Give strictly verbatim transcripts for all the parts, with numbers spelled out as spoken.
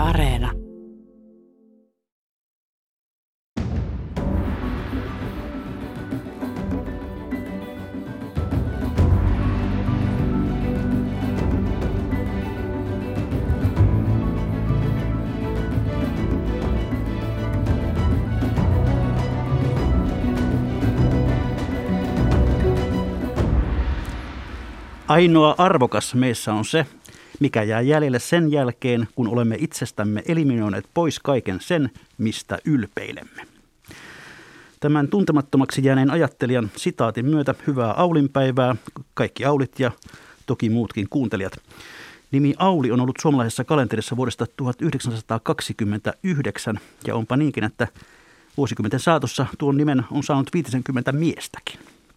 Areena. Ainoa arvokas meissä on se, mikä jää jäljelle sen jälkeen, kun olemme itsestämme eliminoineet pois kaiken sen, mistä ylpeilemme. Tämän tuntemattomaksi jääneen ajattelijan sitaatin myötä hyvää Aulinpäivää, kaikki Aulit ja toki muutkin kuuntelijat. Nimi Auli on ollut suomalaisessa kalenterissa vuodesta tuhatyhdeksänsataakaksikymmentäyhdeksän ja onpa niinkin, että vuosikymmenten saatossa tuon nimen on saanut viisikymmentä miestäkin.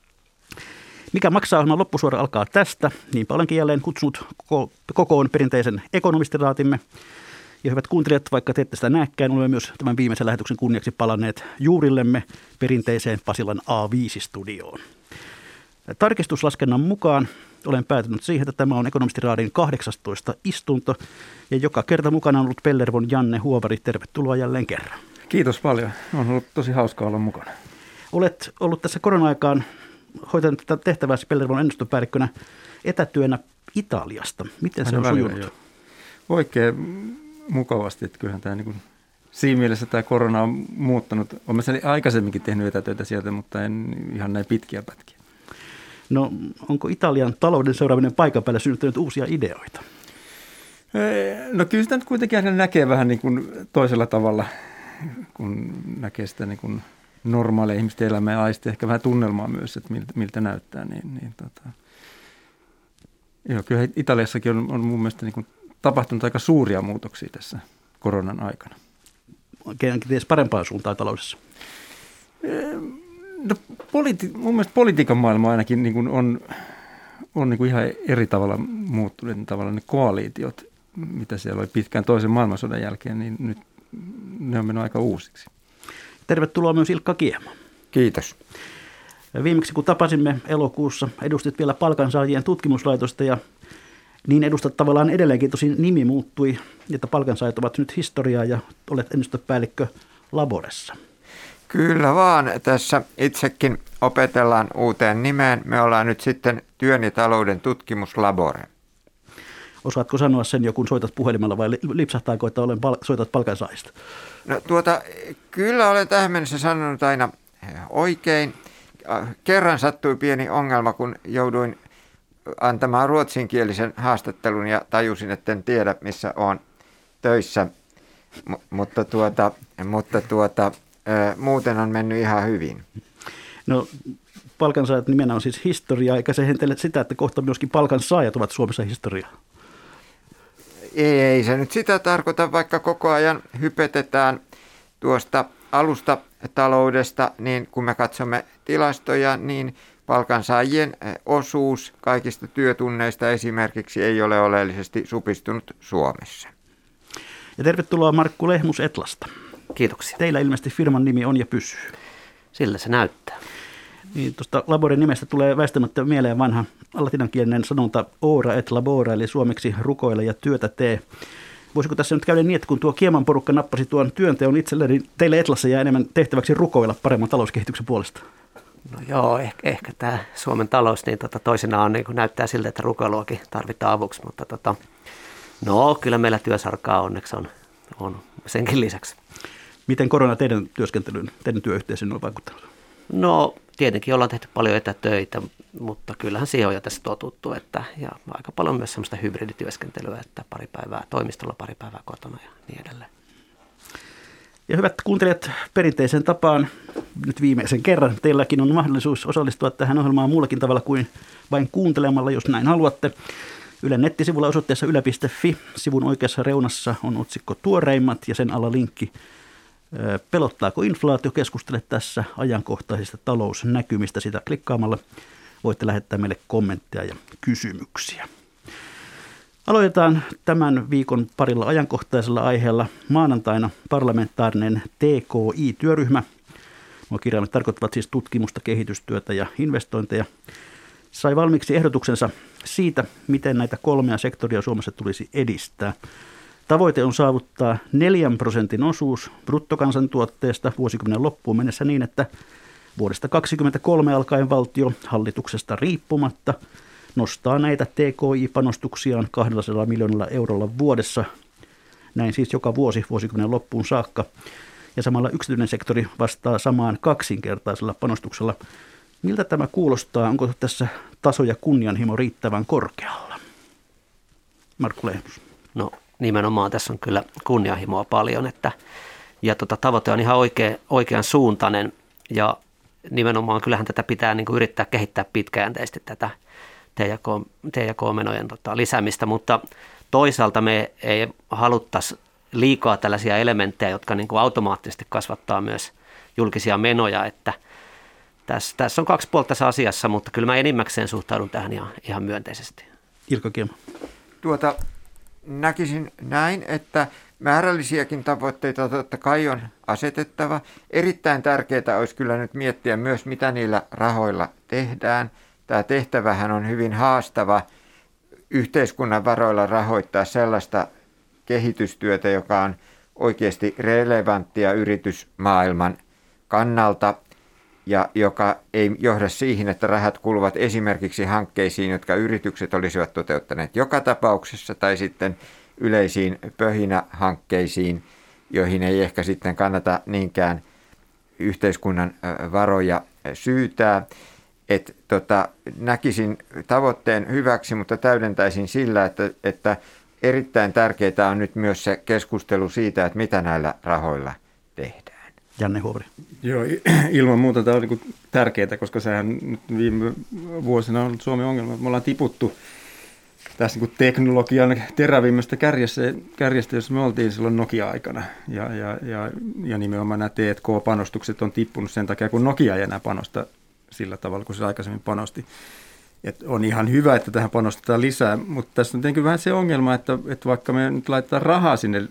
Mikä maksaa ohjelman loppusuora alkaa tästä, niinpä olenkin jälleen kutsunut kokoon perinteisen ekonomistiraatimme. Ja hyvät kuuntelijat, vaikka te ette sitä näekään, olemme myös tämän viimeisen lähetyksen kunniaksi palanneet juurillemme perinteiseen Pasilan A viisi -studioon. Tarkistuslaskennan mukaan olen päätynyt siihen, että tämä on ekonomistiraadin kahdeksastoista istunto ja joka kerta mukana on ollut Pellervon Janne Huovari. Tervetuloa jälleen kerran. Kiitos paljon. On ollut tosi hauskaa olla mukana. Olet ollut tässä korona-aikaan hoitanut tätä tehtäväsi Pellervon ennustepäällikkönä etätyönä Italiasta. Miten se on sujunut? Jo. Oikein mukavasti, että kyllähän tämä niin kuin, siinä mielessä tämä korona on muuttanut. Olen aikaisemminkin tehnyt etätyötä sieltä, mutta en ihan näin pitkiä pätkiä. No onko Italian talouden seuraaminen paikan päällä synnyttänyt uusia ideoita? No kyllä sitä nyt kuitenkin aina näkee vähän niin kuin toisella tavalla, kun näkee sitä niin kuin normaalia ihmisten elämää ja aistii ehkä vähän tunnelmaa myös, että miltä, miltä näyttää. Niin, niin, tota. Joo, kyllä Italiassakin on, on mun mielestä niin kuin tapahtunut aika suuria muutoksia tässä koronan aikana. Kenties parempaan suuntaan taloudessa? No, politi- mun mielestä politiikan maailma ainakin niin kuin on, on niin kuin ihan eri tavalla muuttunut. Tavallaan ne koaliitiot, mitä siellä oli pitkään toisen maailmansodan jälkeen, niin nyt ne on mennyt aika uusiksi. Tervetuloa myös Ilkka Kiema. Kiitos. Viimeksi kun tapasimme elokuussa, edustit vielä palkansaajien tutkimuslaitosta ja niin edustat tavallaan edelleenkin, tosin nimi muuttui, että palkansaajat ovat nyt historiaa ja olet ennustepäällikkö Laboressa. Kyllä vaan, tässä itsekin opetellaan uuteen nimeen. Me ollaan nyt sitten työn ja talouden tutkimuslabore. Osaatko sanoa sen jo, kun soitat puhelimella vai lipsahtaako, että olen pal- soitat palkansaajista? No tuota, kyllä olen tähän mennessä sanonut aina oikein. Kerran sattui pieni ongelma, kun jouduin antamaan ruotsinkielisen haastattelun ja tajusin, että en tiedä, missä olen töissä. M- mutta tuota, mutta tuota, muuten on mennyt ihan hyvin. No palkansaajat nimenä on siis historia, eikä se hentele sitä, että kohta myöskin palkansaajat ovat Suomessa historiaa. Ei, ei se nyt sitä tarkoita, vaikka koko ajan hypetetään tuosta alustataloudesta, niin kun me katsomme tilastoja, niin palkansaajien osuus kaikista työtunneista esimerkiksi ei ole oleellisesti supistunut Suomessa. Ja tervetuloa Markku Lehmus Etlasta. Kiitoksia. Teillä ilmeisesti firman nimi on ja pysyy. Sillä se näyttää. Niin, tuosta Laboren nimestä tulee väistämättä mieleen vanha latinankielinen sanonta ora et labora, eli suomeksi rukoile ja työtä tee. Voisiko tässä nyt käydä niin, että kun tuo Kieman porukka nappasi tuon työnteon itselleen, niin teille Etlassa jää enemmän tehtäväksi rukoilla paremman talouskehityksen puolesta? No joo, ehkä, ehkä tämä Suomen talous niin tota, toisinaan niin näyttää siltä, että rukoiluakin tarvitaan avuksi, mutta tota, no kyllä meillä työsarkaa onneksi on, on senkin lisäksi. Miten korona teidän työskentelyyn, teidän työyhteisöön on vaikuttanut? No tietenkin ollaan tehty paljon etätöitä, mutta kyllähän siihen on jo tässä totuttu, että ja aika paljon myös semmoista hybridityöskentelyä, että pari päivää toimistolla, pari päivää kotona ja niin edelleen. Ja hyvät kuuntelijat, perinteisen tapaan nyt viimeisen kerran teilläkin on mahdollisuus osallistua tähän ohjelmaan muullakin tavalla kuin vain kuuntelemalla, jos näin haluatte. Ylen nettisivulla osoitteessa yle piste fi sivun oikeassa reunassa on otsikko Tuoreimmat ja sen alla linkki Pelottaako inflaatio? Keskustele tässä ajankohtaisista talousnäkymistä. Sitä klikkaamalla voitte lähettää meille kommentteja ja kysymyksiä. Aloitetaan tämän viikon parilla ajankohtaisella aiheella. Maanantaina parlamentaarinen T K I-työryhmä, nuo kirjaimet tarkoittavat siis tutkimusta, kehitystyötä ja investointeja, sai valmiiksi ehdotuksensa siitä, miten näitä kolmea sektoria Suomessa tulisi edistää. Tavoite on saavuttaa neljän prosentin osuus bruttokansantuotteesta vuosikymmenen loppuun mennessä niin, että vuodesta kaksikymmentäkolme alkaen valtio hallituksesta riippumatta nostaa näitä T K I-panostuksiaan kaksisataa miljoonalla eurolla vuodessa. Näin siis joka vuosi vuosikymmenen loppuun saakka. Ja samalla yksityinen sektori vastaa samaan kaksinkertaisella panostuksella. Miltä tämä kuulostaa? Onko tässä taso ja kunnianhimo riittävän korkealla? Markku Lehmus. No nimenomaan tässä on kyllä kunnianhimoa paljon, että, ja tota, tavoite on ihan oikea, oikean suuntainen ja nimenomaan kyllähän tätä pitää niin kuin yrittää kehittää pitkäjänteisesti tätä T ja K-menojen tota, lisäämistä, mutta toisaalta me ei haluttaisi liikaa tällaisia elementtejä, jotka niin kuin automaattisesti kasvattaa myös julkisia menoja, että tässä, tässä on kaksi puolta tässä asiassa, mutta kyllä mä enimmäkseen suhtaudun tähän ihan, ihan myönteisesti. Ilkka Kiema. Tuota, näkisin näin, että määrällisiäkin tavoitteita totta kai on asetettava. Erittäin tärkeää olisi kyllä nyt miettiä myös, mitä niillä rahoilla tehdään. Tämä tehtävähän on hyvin haastava yhteiskunnan varoilla rahoittaa sellaista kehitystyötä, joka on oikeasti relevanttia yritysmaailman kannalta ja joka ei johda siihen, että rahat kuluvat esimerkiksi hankkeisiin, jotka yritykset olisivat toteuttaneet joka tapauksessa, tai sitten yleisiin pöhinähankkeisiin, joihin ei ehkä sitten kannata niinkään yhteiskunnan varoja syytää. Et, tota, näkisin tavoitteen hyväksi, mutta täydentäisin sillä, että, että erittäin tärkeää on nyt myös se keskustelu siitä, että mitä näillä rahoilla tehdään. Janne Huoveri. Joo, ilman muuta tämä on niin tärkeää, koska sehän nyt viime vuosina on ollut Suomen ongelma. Me ollaan tiputtu tässä niin teknologian terävimmästä kärjestä, kärjestä, jos me oltiin silloin Nokia-aikana. Ja, ja, ja, ja nimenomaan nämä T and K-panostukset on tippunut sen takia, kun Nokia ei enää panosta sillä tavalla, kun se aikaisemmin panosti. Et on ihan hyvä, että tähän panostetaan lisää, mutta tässä on tietenkin vähän se ongelma, että, että vaikka me nyt laitetaan rahaa sinne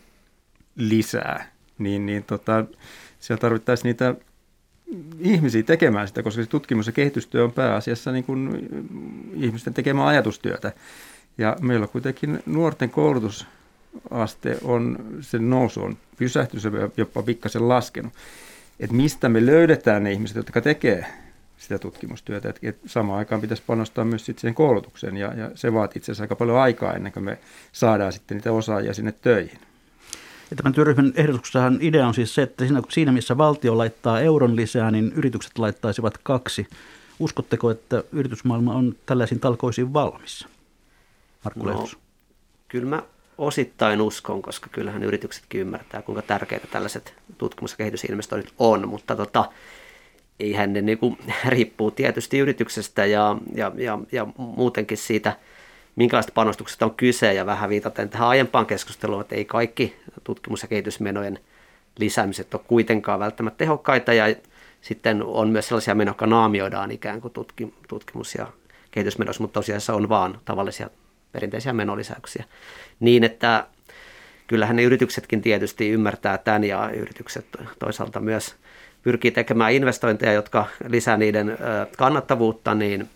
lisää, niin, niin tota, siellä tarvittaisiin niitä ihmisiä tekemään sitä, koska se tutkimus- ja kehitystyö on pääasiassa niin kuin ihmisten tekemää ajatustyötä. Ja meillä kuitenkin nuorten koulutusaste on, sen nousu on pysähtynyt, jopa pikkasen laskenut. Että mistä me löydetään ne ihmiset, jotka tekee sitä tutkimustyötä, että samaan aikaan pitäisi panostaa myös sitten siihen koulutukseen, ja, ja se vaatii itse asiassa aika paljon aikaa ennen kuin me saadaan sitten niitä osaajia sinne töihin. Ja tämän työryhmän ehdotuksessahan idea on siis se, että siinä, siinä missä valtio laittaa euron lisää, niin yritykset laittaisivat kaksi. Uskotteko, että yritysmaailma on tällaisiin talkoisiin valmis? Markku Lehmus. No, kyllä mä osittain uskon, koska kyllähän yrityksetkin ymmärtää, kuinka tärkeitä tällaiset tutkimus- ja kehitysinvestoinnit on, mutta tota, eihän ne niin kuin, riippuu tietysti yrityksestä ja, ja, ja, ja muutenkin siitä, minkälaista panostuksesta on kyse, ja vähän viitaten tähän aiempaan keskusteluun, että ei kaikki tutkimus- ja kehitysmenojen lisäämiset ole kuitenkaan välttämättä tehokkaita, ja sitten on myös sellaisia menoja, jotka naamioidaan ikään kuin tutkimus- ja kehitysmenoissa, mutta tosiaan on vaan tavallisia perinteisiä menolisäyksiä. Niin, että kyllähän ne yrityksetkin tietysti ymmärtää tämän, ja yritykset toisaalta myös pyrkii tekemään investointeja, jotka lisää niiden kannattavuutta, niin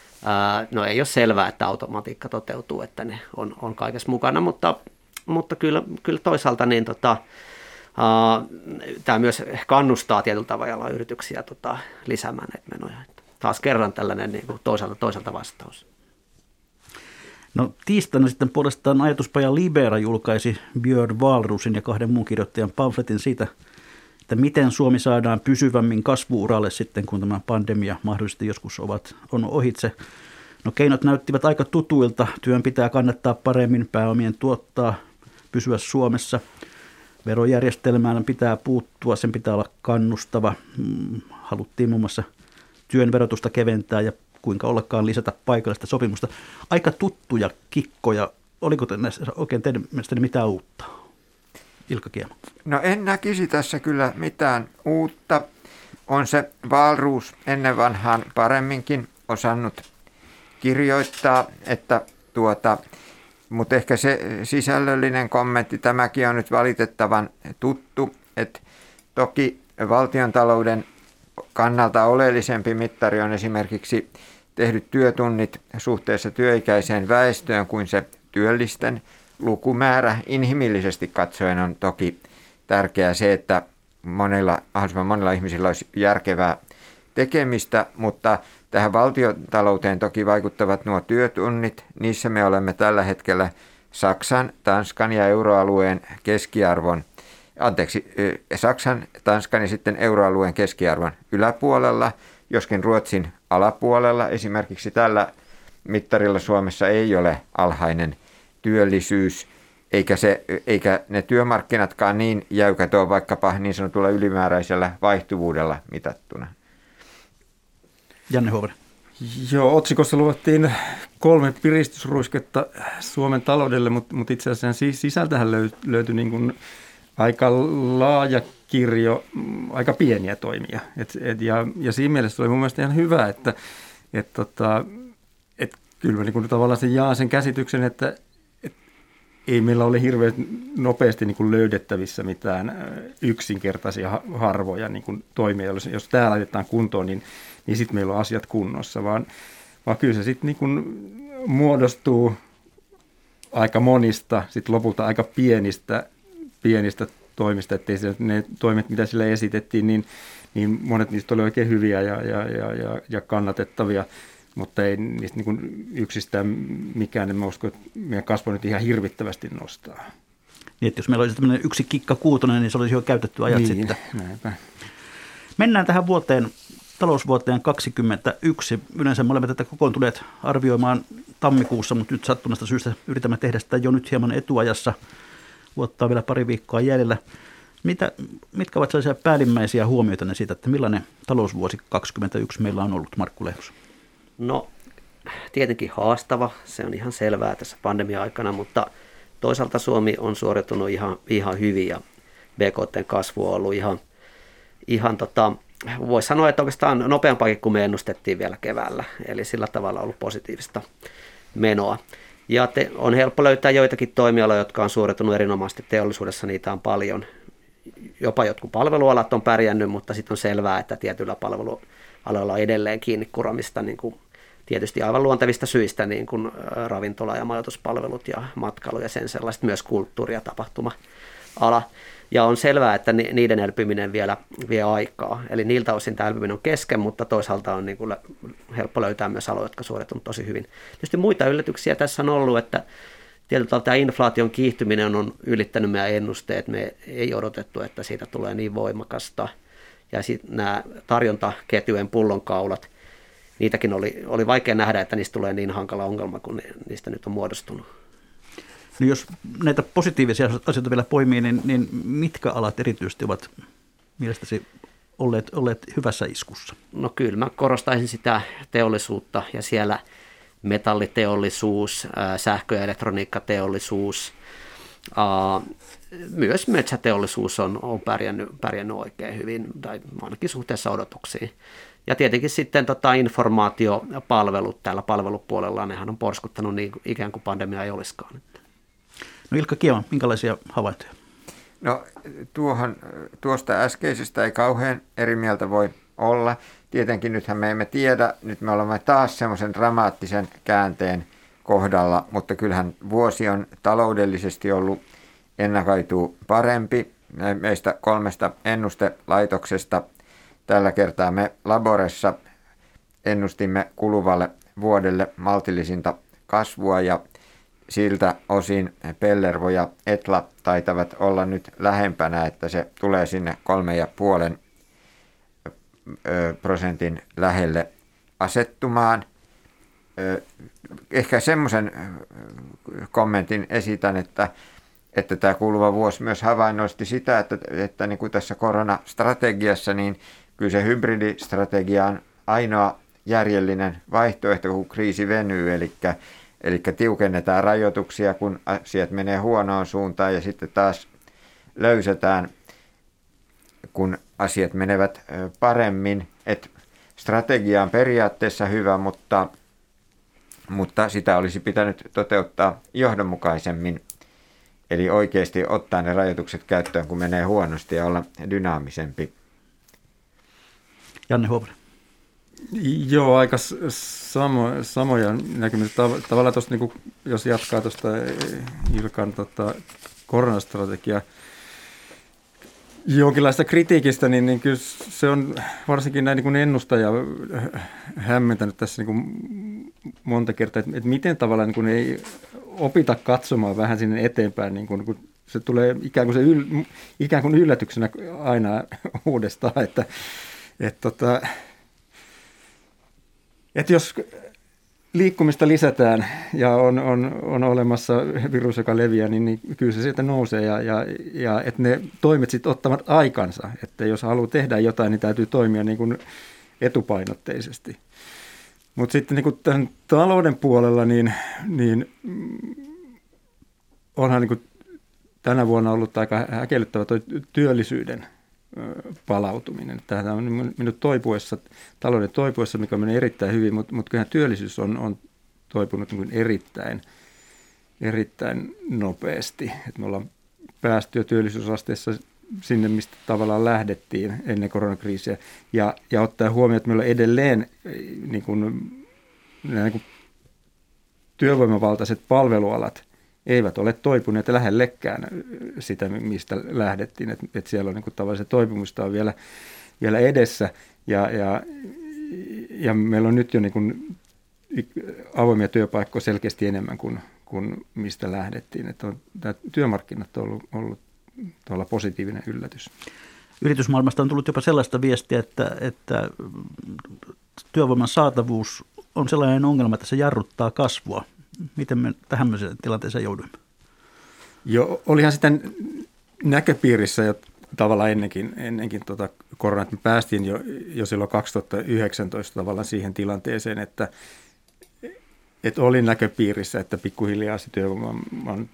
no ei ole selvää, että automatiikka toteutuu, että ne on, on kaikessa mukana, mutta, mutta kyllä, kyllä toisaalta niin tota, tämä myös kannustaa tietyllä tavalla yrityksiä tota, lisäämään näitä menoja. Taas kerran tällainen niin kuin toisaalta, toisaalta vastaus. No tiistaina sitten puolestaan ajatuspaja Libera julkaisi Björn Wahlroosin ja kahden muun kirjoittajan pamfletin siitä, että miten Suomi saadaan pysyvämmin kasvu-uralle sitten, kun tämä pandemia mahdollisesti joskus ovat, on ohitse. No keinot näyttivät aika tutuilta. Työn pitää kannattaa paremmin, pääomien tuottaa, pysyä Suomessa. Verojärjestelmään pitää puuttua, sen pitää olla kannustava. Haluttiin muun muassa työn verotusta keventää ja kuinka ollakaan lisätä paikallista sopimusta. Aika tuttuja kikkoja. Oliko näissä oikein teidän mielestäni mitään uutta? Ilkka Kiema. No en näkisi tässä kyllä mitään uutta. On se Wahlroos ennen vanhaan paremminkin osannut kirjoittaa, että tuota, mutta ehkä se sisällöllinen kommentti, tämäkin on nyt valitettavan tuttu, että toki valtiontalouden kannalta oleellisempi mittari on esimerkiksi tehdyt työtunnit suhteessa työikäiseen väestöön kuin se työllisten lukumäärä inhimillisesti katsoen on toki tärkeää se, että monilla, monilla ihmisillä olisi järkevää tekemistä, mutta tähän valtiontalouteen toki vaikuttavat nuo työtunnit. Niissä me olemme tällä hetkellä Saksan, Tanskan ja euroalueen keskiarvon, anteeksi, Saksan, Tanskan ja sitten euroalueen keskiarvon yläpuolella, joskin Ruotsin alapuolella. Esimerkiksi tällä mittarilla Suomessa ei ole alhainen työllisyys, eikä, se, eikä ne työmarkkinatkaan niin jäykät ole vaikkapa niin sanotulla ylimääräisellä vaihtuvuudella mitattuna. Janne Huovanen. Joo, otsikossa luvattiin kolme piristysruisketta Suomen taloudelle, mutta, mutta itse asiassa sisältähän löytyi niin kuin aika laaja kirjo, aika pieniä toimia. Et, et, ja, ja siinä mielessä oli mun mielestä ihan hyvä, että et, tota, et, kyllä mä niin kuin tavallaan sen jaan sen käsityksen, että et, ei meillä ole hirveän nopeasti niin kuin löydettävissä mitään yksinkertaisia harvoja niin kuin toimia. Jos, jos tämä laitetaan kuntoon, niin niin sitten meillä on asiat kunnossa, vaan, vaan kyllä se sitten niin kuin muodostuu aika monista, sitten lopulta aika pienistä, pienistä toimista, ettei se, ne toimet, mitä sille esitettiin, niin, niin monet niistä oli oikein hyviä ja, ja, ja, ja, ja kannatettavia, mutta ei niistä niin kuin yksistään mikään, en mä usko, että meidän kasvu nyt ihan hirvittävästi nostaa. Niin, että jos meillä olisi tämmöinen yksi kikka kuutonen, niin se olisi jo käytetty ajat niin, sitten. Näinpä. Mennään tähän vuoteen. Talousvuoteen kaksikymmentäyksi. Yleensä me olemme tätä kokoontuneet arvioimaan tammikuussa, mutta nyt sattuneesta syystä yritämme tehdä sitä jo nyt hieman etuajassa. Vuotta on vielä pari viikkoa jäljellä. Mitä, mitkä ovat sellaisia päällimmäisiä huomioita siitä, että millainen talousvuosi kaksikymmentäyksi meillä on ollut, Markku Lehus? No tietenkin haastava, se on ihan selvää tässä pandemia-aikana, mutta toisaalta Suomi on suoriutunut ihan, ihan hyvin ja B K T:n kasvu on ollut ihan, ihan tota, voisi sanoa, että oikeastaan nopeampaakin kuin me ennustettiin vielä keväällä, eli sillä tavalla on ollut positiivista menoa. Ja te, on helppo löytää joitakin toimialoja, jotka on suoritunut erinomaisesti teollisuudessa, niitä on paljon. Jopa jotkut palvelualat on pärjännyt, mutta sitten on selvää, että tietyillä palvelualoilla on edelleen kiinni kuromista, niin kuin tietysti aivan luontevista syistä, niin kuin ravintola- ja majoituspalvelut ja matkailu ja sen sellaiset, myös kulttuuri- ja tapahtuma-ala. Ja on selvää, että niiden elpyminen vielä vie aikaa. Eli niiltä osin tämä elpyminen on kesken, mutta toisaalta on niin kuin helppo löytää myös aloja, jotka suoritunut tosi hyvin. Tietysti muita yllätyksiä tässä on ollut, että tietyllä tavalla tämä inflaation kiihtyminen on ylittänyt meidän ennusteet. Me ei odotettu, että siitä tulee niin voimakasta. Ja sitten nämä tarjontaketjujen pullonkaulat, niitäkin oli, oli vaikea nähdä, että niistä tulee niin hankala ongelma, kun niistä nyt on muodostunut. No jos näitä positiivisia asioita vielä poimii, niin, niin mitkä alat erityisesti ovat mielestäsi olleet, olleet hyvässä iskussa? No kyllä, mä korostaisin sitä teollisuutta ja siellä metalliteollisuus, sähkö- ja elektroniikkateollisuus, myös metsäteollisuus on, on pärjännyt, pärjännyt oikein hyvin, tai ainakin suhteessa odotuksiin. Ja tietenkin sitten tota informaatiopalvelut täällä palvelupuolella, nehän on porskuttanut niin ikään kuin pandemia ei olisikaan. No Ilkka Kiema, minkälaisia havaintoja? No tuohon, tuosta äskeisestä ei kauhean eri mieltä voi olla. Tietenkin nythän me emme tiedä, nyt me olemme taas semmoisen dramaattisen käänteen kohdalla, mutta kyllähän vuosi on taloudellisesti ollut ennakoitu parempi. Meistä kolmesta ennustelaitoksesta tällä kertaa me Laboressa ennustimme kuluvalle vuodelle maltillisinta kasvua ja siltä osin Pellervo ja Etla taitavat olla nyt lähempänä, että se tulee sinne kolme ja puolen prosentin lähelle asettumaan. Ehkä semmoisen kommentin esitän, että, että tämä kuluva vuosi myös havainnosti sitä, että, että niin kuin tässä koronastrategiassa, niin kyllä se hybridistrategia on ainoa järjellinen vaihtoehto, kun kriisi venyy, eli Eli tiukennetaan rajoituksia, kun asiat menee huonoon suuntaan ja sitten taas löysätään, kun asiat menevät paremmin. Et strategia on periaatteessa hyvä, mutta, mutta sitä olisi pitänyt toteuttaa johdonmukaisemmin. Eli oikeasti ottaa ne rajoitukset käyttöön, kun menee huonosti ja olla dynaamisempi. Janne Huovanen. Joo, aika samo, samoja näkemyksiä. Tavallaan tuosta, niin kuin, jos jatkaa tuosta Ilkan tota, koronastrategiaa, jonkinlaista kritiikistä, niin, niin kyllä se on varsinkin näin niin kuin ennustaja hämmentänyt tässä niin kuin monta kertaa, että, että miten tavallaan niin kuin ei opita katsomaan vähän sinne eteenpäin, niin kuin, kun se tulee ikään kuin, se yl, ikään kuin yllätyksenä aina uudestaan, että, että, tota, että jos liikkumista lisätään ja on, on, on olemassa virus, joka leviää, niin, niin kyllä se sieltä nousee ja, ja, ja että ne toimet sitten ottavat aikansa. Että jos haluaa tehdä jotain, niin täytyy toimia niin kuin etupainotteisesti. Mutta sitten niin kuin tämän talouden puolella, niin, niin onhan niin kuin tänä vuonna ollut aika häkellyttävä tuo työllisyyden palautuminen. Tämä on minut toipuessa, talouden toipuessa, mikä menee erittäin hyvin, mutta, mutta kyllähän työllisyys on, on toipunut niin kuin erittäin, erittäin nopeasti. Et me ollaan päästy jo työllisyysasteessa sinne, mistä tavallaan lähdettiin ennen koronakriisiä. Ja, ja ottaa huomioon, että meillä on edelleen niin kuin, niin kuin työvoimavaltaiset palvelualat eivät ole toipuneet lähellekään sitä, mistä lähdettiin. Että et siellä on niin kuin tavallaan se toipumista on vielä, vielä edessä. Ja, ja, ja meillä on nyt jo niin kuin avoimia työpaikkoja selkeästi enemmän kuin, kuin mistä lähdettiin. Että on, tämä työmarkkinat on ollut, ollut tuolla positiivinen yllätys. Yritysmaailmasta on tullut jopa sellaista viestiä, että, että työvoiman saatavuus on sellainen ongelma, että se jarruttaa kasvua. Miten me tähän tilanteeseen joudumme? Joo, olihan sitten näköpiirissä jo tavallaan ennenkin, ennenkin tuota koronaa, että me päästiin jo, jo silloin kaksituhattayhdeksäntoista tavallaan siihen tilanteeseen, että, että oli näköpiirissä, että pikkuhiljaa se työvoiman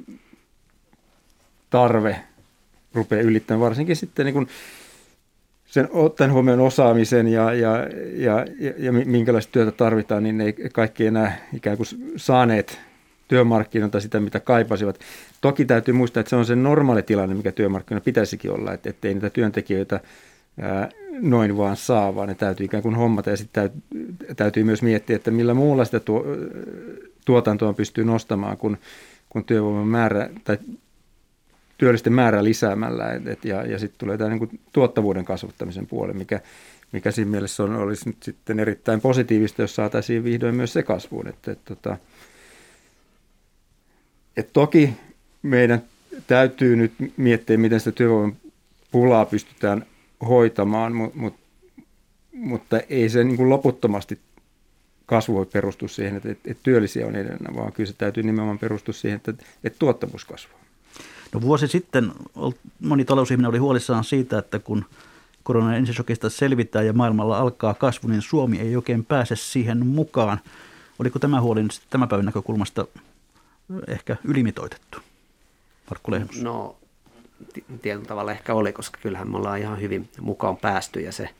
tarve rupeaa ylittämään, varsinkin sitten niin kuin sen ottaen huomioon osaamisen ja, ja, ja, ja minkälaista työtä tarvitaan, niin ei kaikki enää ikään kuin saaneet työmarkkinoilta sitä, mitä kaipasivat. Toki täytyy muistaa, että se on se normaali tilanne, mikä työmarkkinoilla pitäisikin olla, että ettei niitä työntekijöitä ää, noin vaan saa, vaan ne täytyy ikään kuin hommata. Ja sitten täytyy, täytyy myös miettiä, että millä muulla sitä tuo, tuotantoa pystyy nostamaan, kun, kun työvoiman määrä tai työllisten määrää lisäämällä, et, et, ja, ja sitten tulee tämä niin kuin tuottavuuden kasvattamisen puoli, mikä, mikä siinä mielessä on, olisi nyt sitten erittäin positiivista, jos saataisiin vihdoin myös se kasvuun. Et, et, tota, et toki meidän täytyy nyt miettiä, miten sitä työvoiman pulaa pystytään hoitamaan, mut, mut, mutta ei se niin kuin loputtomasti kasvu voi perustua siihen, että, että työllisiä on edellä, vaan kyllä se täytyy nimenomaan perustua siihen, että, että tuottavuus kasvaa. No vuosi sitten moni talousihminen oli huolissaan siitä, että kun koronan ensisokista selvitään ja maailmalla alkaa kasvu, niin Suomi ei oikein pääse siihen mukaan. Oliko tämä huoli nyt tämän päivän näkökulmasta ehkä ylimitoitettu? Markku Lehnus. No tietyllä tavalla ehkä oli, koska kyllähän me ollaan ihan hyvin mukaan päästy ja se,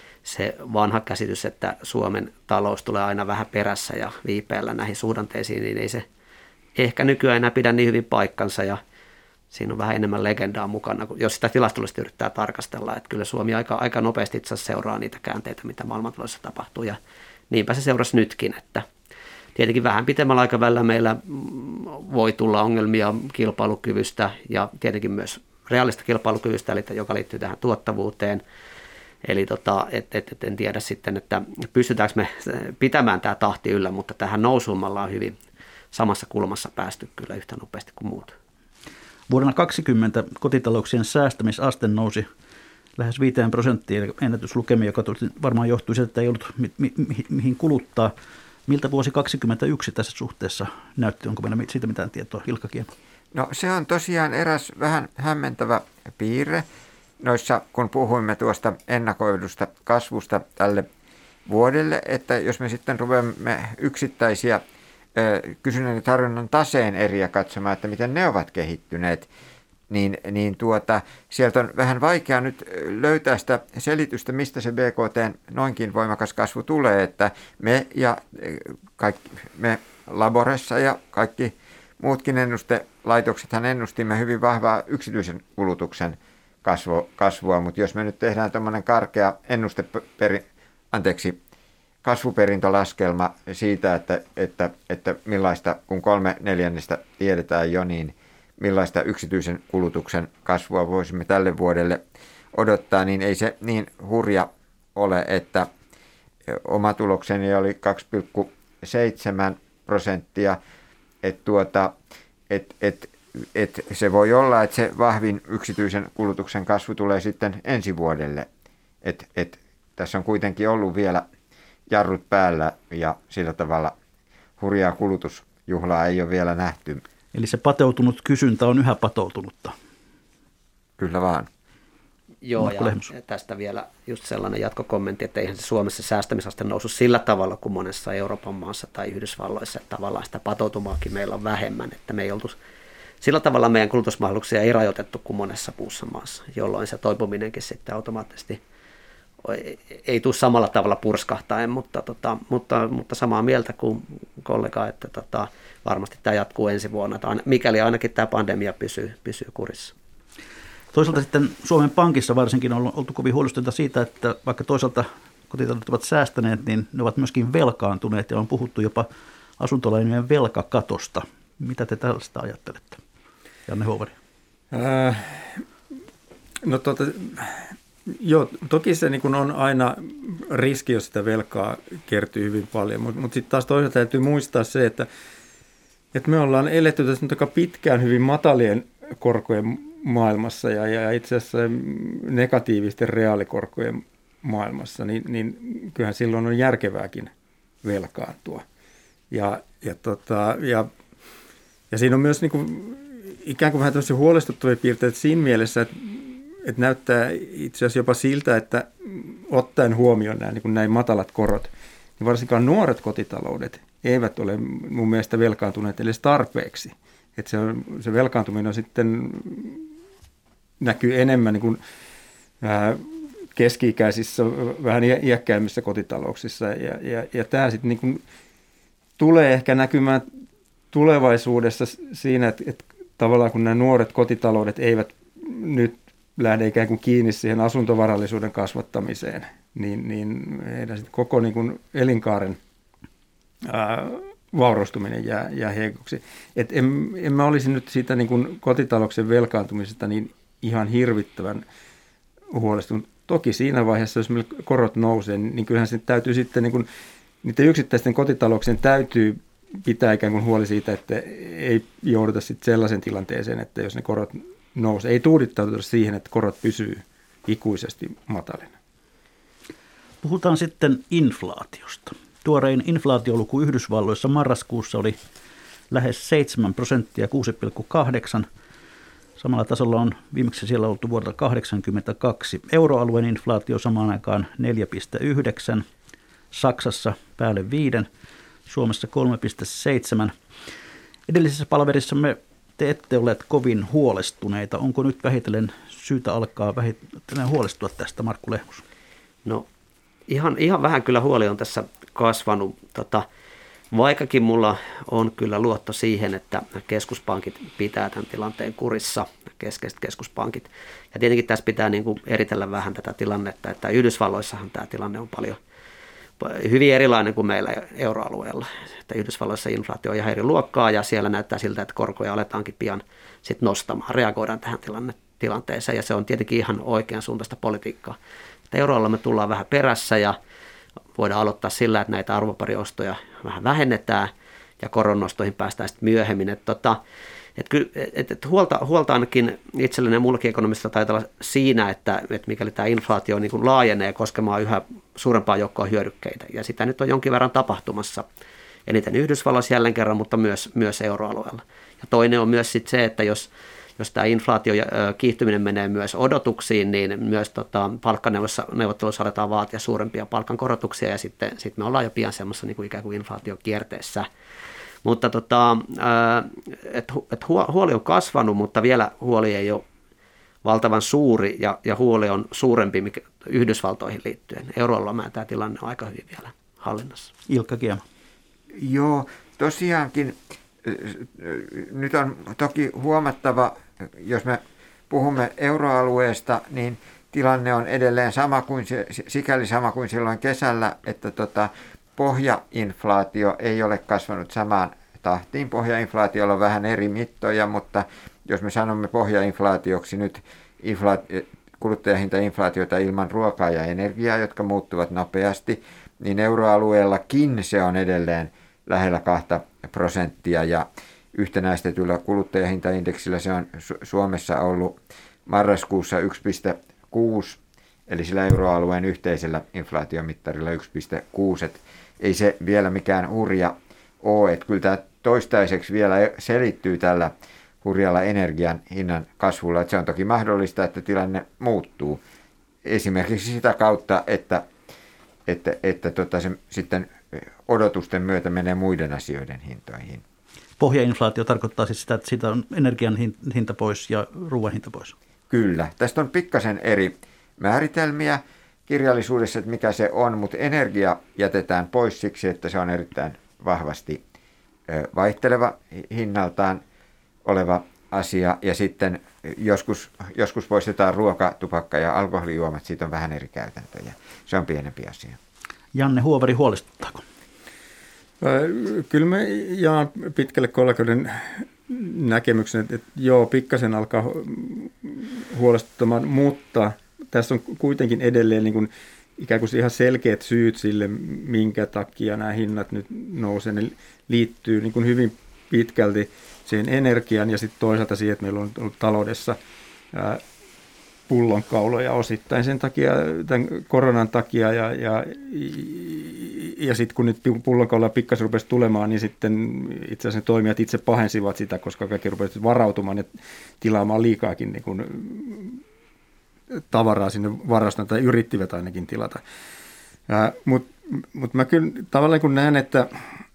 se vanha käsitys, että Suomen talous tulee aina vähän perässä ja viipeällä näihin suhdanteisiin, niin ei se ehkä nykyään enää pidä niin hyvin paikkansa ja siinä on vähän enemmän legendaa mukana, jos sitä tilastollisesti yrittää tarkastella. Että kyllä Suomi aika, aika nopeasti itse asiassa seuraa niitä käänteitä, mitä maailmantaloudessa tapahtuu. Ja niinpä se seurasi nytkin. Että tietenkin vähän pitemmällä aikavälillä meillä voi tulla ongelmia kilpailukyvystä ja tietenkin myös reaalista kilpailukyvystä, eli joka liittyy tähän tuottavuuteen. Eli tota, et, et, et en tiedä sitten, että pystytäänkö me pitämään tämä tahti yllä, mutta tähän nousuun me ollaan hyvin samassa kulmassa päästy kyllä yhtä nopeasti kuin muut. Vuonna kaksikymmentä kotitalouksien säästämisaste nousi lähes viiteen prosenttiin ennätyslukemia, joka varmaan johtui siitä, että ei ollut mi- mi- mi- mihin kuluttaa. Miltä vuosi kaksikymmentäyksi tässä suhteessa näytti? Onko meillä siitä mitään tietoa? Ilkka Kiemo. No se on tosiaan eräs vähän hämmentävä piirre. Noissa, kun puhuimme tuosta ennakoidusta kasvusta tälle vuodelle, että jos me sitten ruveamme yksittäisiä kysynnän ja tarjonnan taseen eriä katsomaan, että miten ne ovat kehittyneet, niin, niin tuota, sieltä on vähän vaikea nyt löytää sitä selitystä, mistä se B K T:n noinkin voimakas kasvu tulee, että me ja kaikki, me Laboressa ja kaikki muutkin ennustelaitoksethan ennustimme hyvin vahvaa yksityisen kulutuksen kasvua, kasvua, mutta jos me nyt tehdään tämmöinen karkea ennuste, peri, anteeksi, kasvuperintölaskelma siitä, että, että, että millaista, kun kolme neljännestä tiedetään jo, niin millaista yksityisen kulutuksen kasvua voisimme tälle vuodelle odottaa, niin ei se niin hurja ole, että oma tulokseni oli kaksi pilkku seitsemän prosenttia, että tuota, et, et, et se voi olla, että se vahvin yksityisen kulutuksen kasvu tulee sitten ensi vuodelle, että et, tässä on kuitenkin ollut vielä jarrut päällä ja sillä tavalla hurjaa kulutusjuhlaa ei ole vielä nähty. Eli se patoutunut kysyntä on yhä patoutunutta. Kyllä vaan. Joo, ja tästä vielä just sellainen jatkokommentti, että eihän se Suomessa säästämisaste noussut sillä tavalla kuin monessa Euroopan maassa tai Yhdysvalloissa, että tavallaan sitä patoutumaakin meillä on vähemmän, että me ei oltu, sillä tavalla meidän kulutusmahdollisuuksia ei rajoitettu kuin monessa muussa maassa, jolloin se toipuminenkin sitten automaattisesti ei, ei tule samalla tavalla purskahtaen, mutta, tota, mutta, mutta samaa mieltä kuin kollega, että tota, varmasti tämä jatkuu ensi vuonna, mikäli ainakin tämä pandemia pysyy, pysyy kurissa. Toisaalta sitten Suomen Pankissa varsinkin on oltu kovin huolestuneita siitä, että vaikka toisaalta kotitaloudet ovat säästäneet, niin ne ovat myöskin velkaantuneet ja on puhuttu jopa asuntolainojen velkakatosta. Mitä te tällaista ajattelette, Janne Huovari? Äh, no tota, joo, toki se niin kun on aina riski, jos sitä velkaa kertyy hyvin paljon, mutta mut sitten taas toisaalta täytyy muistaa se, että, että me ollaan eletty tässä nyt aika pitkään hyvin matalien korkojen maailmassa ja, ja itse asiassa negatiivisten reaalikorkojen maailmassa, niin, niin kyllähän silloin on järkevääkin velkaantua. Ja, ja, tota, ja, ja siinä on myös niin kuin, ikään kuin vähän tämmöisiä huolestuttavia piirteitä siinä mielessä, että, että näyttää itse asiassa jopa siltä, että ottaen huomioon nämä niin kuin näin matalat korot, niin varsinkaan nuoret kotitaloudet eivät ole mun mielestä velkaantuneet edes tarpeeksi. Että se, on, se velkaantuminen on sitten näkyy enemmän niin kuin, ää, keski-ikäisissä, vähän iäkkäimmissä kotitalouksissa. Ja, ja, ja tämä sitten niin kuin tulee ehkä näkymään tulevaisuudessa siinä, että, että tavallaan kun nämä nuoret kotitaloudet eivät nyt lähde ikään kuin kiinni siihen asuntovarallisuuden kasvattamiseen, niin, niin heidän sitten koko niin kuin elinkaaren ää, vaurastuminen jää, jää heikoksi. Et en, en mä olisi nyt siitä niin kuin kotitalouksen velkaantumisesta niin ihan hirvittävän huolestunut. Toki siinä vaiheessa, jos meillä korot nousee, niin kyllähän se täytyy sitten, niin kuin, niiden yksittäisten kotitalouksien täytyy pitää ikään kuin huoli siitä, että ei jouduta sitten sellaisen tilanteeseen, että jos ne korot nousee, ei tuudittauduta siihen, että korot pysyy ikuisesti matalina. Puhutaan sitten inflaatiosta. Tuorein inflaatioluku Yhdysvalloissa marraskuussa oli lähes seitsemän prosenttia, kuusi pilkku kahdeksan. Samalla tasolla on viimeksi siellä oltu vuodelta kahdeksankymmentäkaksi. Euroalueen inflaatio samaan aikaan neljä pilkku yhdeksän, Saksassa päälle viiden, Suomessa kolme pilkku seitsemän. Edellisessä palaverissamme te ette olleet kovin huolestuneita. Onko nyt vähitellen syytä alkaa vähitellen huolestua tästä, Markku Lehmus? No ihan, ihan vähän kyllä huoli on tässä kasvanut. Tota, vaikkakin mulla on kyllä luotto siihen, että keskuspankit pitää tämän tilanteen kurissa, keskeiset keskuspankit. Ja tietenkin tässä pitää niin kuin eritellä vähän tätä tilannetta, että Yhdysvalloissahan tämä tilanne on paljon hyvin erilainen kuin meillä euroalueella. Että Yhdysvalloissa inflaatio on ihan eri luokkaa ja siellä näyttää siltä, että korkoja aletaankin pian sit nostamaan. Reagoidaan tähän tilanne, tilanteeseen ja se on tietenkin ihan oikean suuntaista politiikkaa. Että euroalueella me tullaan vähän perässä ja voidaan aloittaa sillä, että näitä arvopariostoja vähän vähennetään ja koronnostoihin päästään sitten myöhemmin. Että tota, et, et, et huolta, huolta ainakin itselleni ja mullakin ekonomista taitaa olla siinä, että, että mikäli tämä inflaatio niin kuin laajenee koskemaan yhä suurempaa joukkoa hyödykkeitä. Ja sitä nyt on jonkin verran tapahtumassa, eniten Yhdysvalloissa jälleen kerran, mutta myös, myös euroalueella. Ja toinen on myös sit se, että jos, jos tämä inflaatio kiihtyminen menee myös odotuksiin, niin myös tota, palkkaneuvottelussa aletaan vaatia suurempia palkankorotuksia ja sitten sit me ollaan jo pian semmoisessa niin kuin ikään kuin inflaatiokierteessä. Mutta tota, et, et huoli on kasvanut, mutta vielä huoli ei ole valtavan suuri ja, ja huoli on suurempi mikä Yhdysvaltoihin liittyen. Euroalueella tämä tilanne on aika hyvin vielä hallinnassa. Ilkka Kiema. Joo, tosiaankin nyt on toki huomattava, jos me puhumme euroalueesta, niin tilanne on edelleen sama kuin se, sikäli sama kuin silloin kesällä, että tota, pohjainflaatio ei ole kasvanut samaan tahtiin. Pohjainflaatiolla on vähän eri mittoja, mutta jos me sanomme pohjainflaatioksi nyt inflaatio, kuluttajahintainflaatiota ilman ruokaa ja energiaa, jotka muuttuvat nopeasti, niin euroalueellakin se on edelleen lähellä kahta prosenttia ja yhtenäistetyllä kuluttajahintaindeksillä se on Suomessa ollut marraskuussa yksi pilkku kuusi, eli sillä euroalueen yhteisellä inflaatiomittarilla yksi pilkku kuusi. Et ei se vielä mikään hurja ole, että kyllä tämä toistaiseksi vielä selittyy tällä hurjalla energian hinnan kasvulla. Että se on toki mahdollista, että tilanne muuttuu esimerkiksi sitä kautta, että, että, että tota se sitten odotusten myötä menee muiden asioiden hintoihin. Pohjainflaatio tarkoittaa siis sitä, että siitä on energian hinta pois ja ruoan hinta pois. Kyllä. Tästä on pikkasen eri määritelmiä kirjallisuudessa, että mikä se on, mutta energia jätetään pois siksi, että se on erittäin vahvasti vaihteleva hinnaltaan oleva asia. Ja sitten joskus, joskus poistetaan ruoka, tupakka ja alkoholijuomat, siitä on vähän eri käytäntöjä. Se on pienempi asia. Janne Huovari, huolestuttaako? Kyllä mä jaan pitkälle kollegoiden näkemyksen, että, että joo, pikkasen alkaa huolestuttamaan, mutta tässä on kuitenkin edelleen niin kuin ikään kuin ihan selkeät syyt sille, minkä takia nämä hinnat nyt nousee. Ne liittyy niin kuin hyvin pitkälti siihen energiaan ja sitten toisaalta siihen, että meillä on ollut taloudessa ää, pullonkauloja osittain sen takia, tämän koronan takia ja, ja, ja sitten kun nyt pullonkauloja pikkasen rupesi tulemaan, niin sitten itse asiassa toimijat itse pahensivat sitä, koska kaikki rupesivat varautumaan ja tilaamaan liikaakin niin kuin tavaraa sinne varastoon, tai yrittivät ainakin tilata. Mutta mut mä kyllä tavallaan kun näen, että,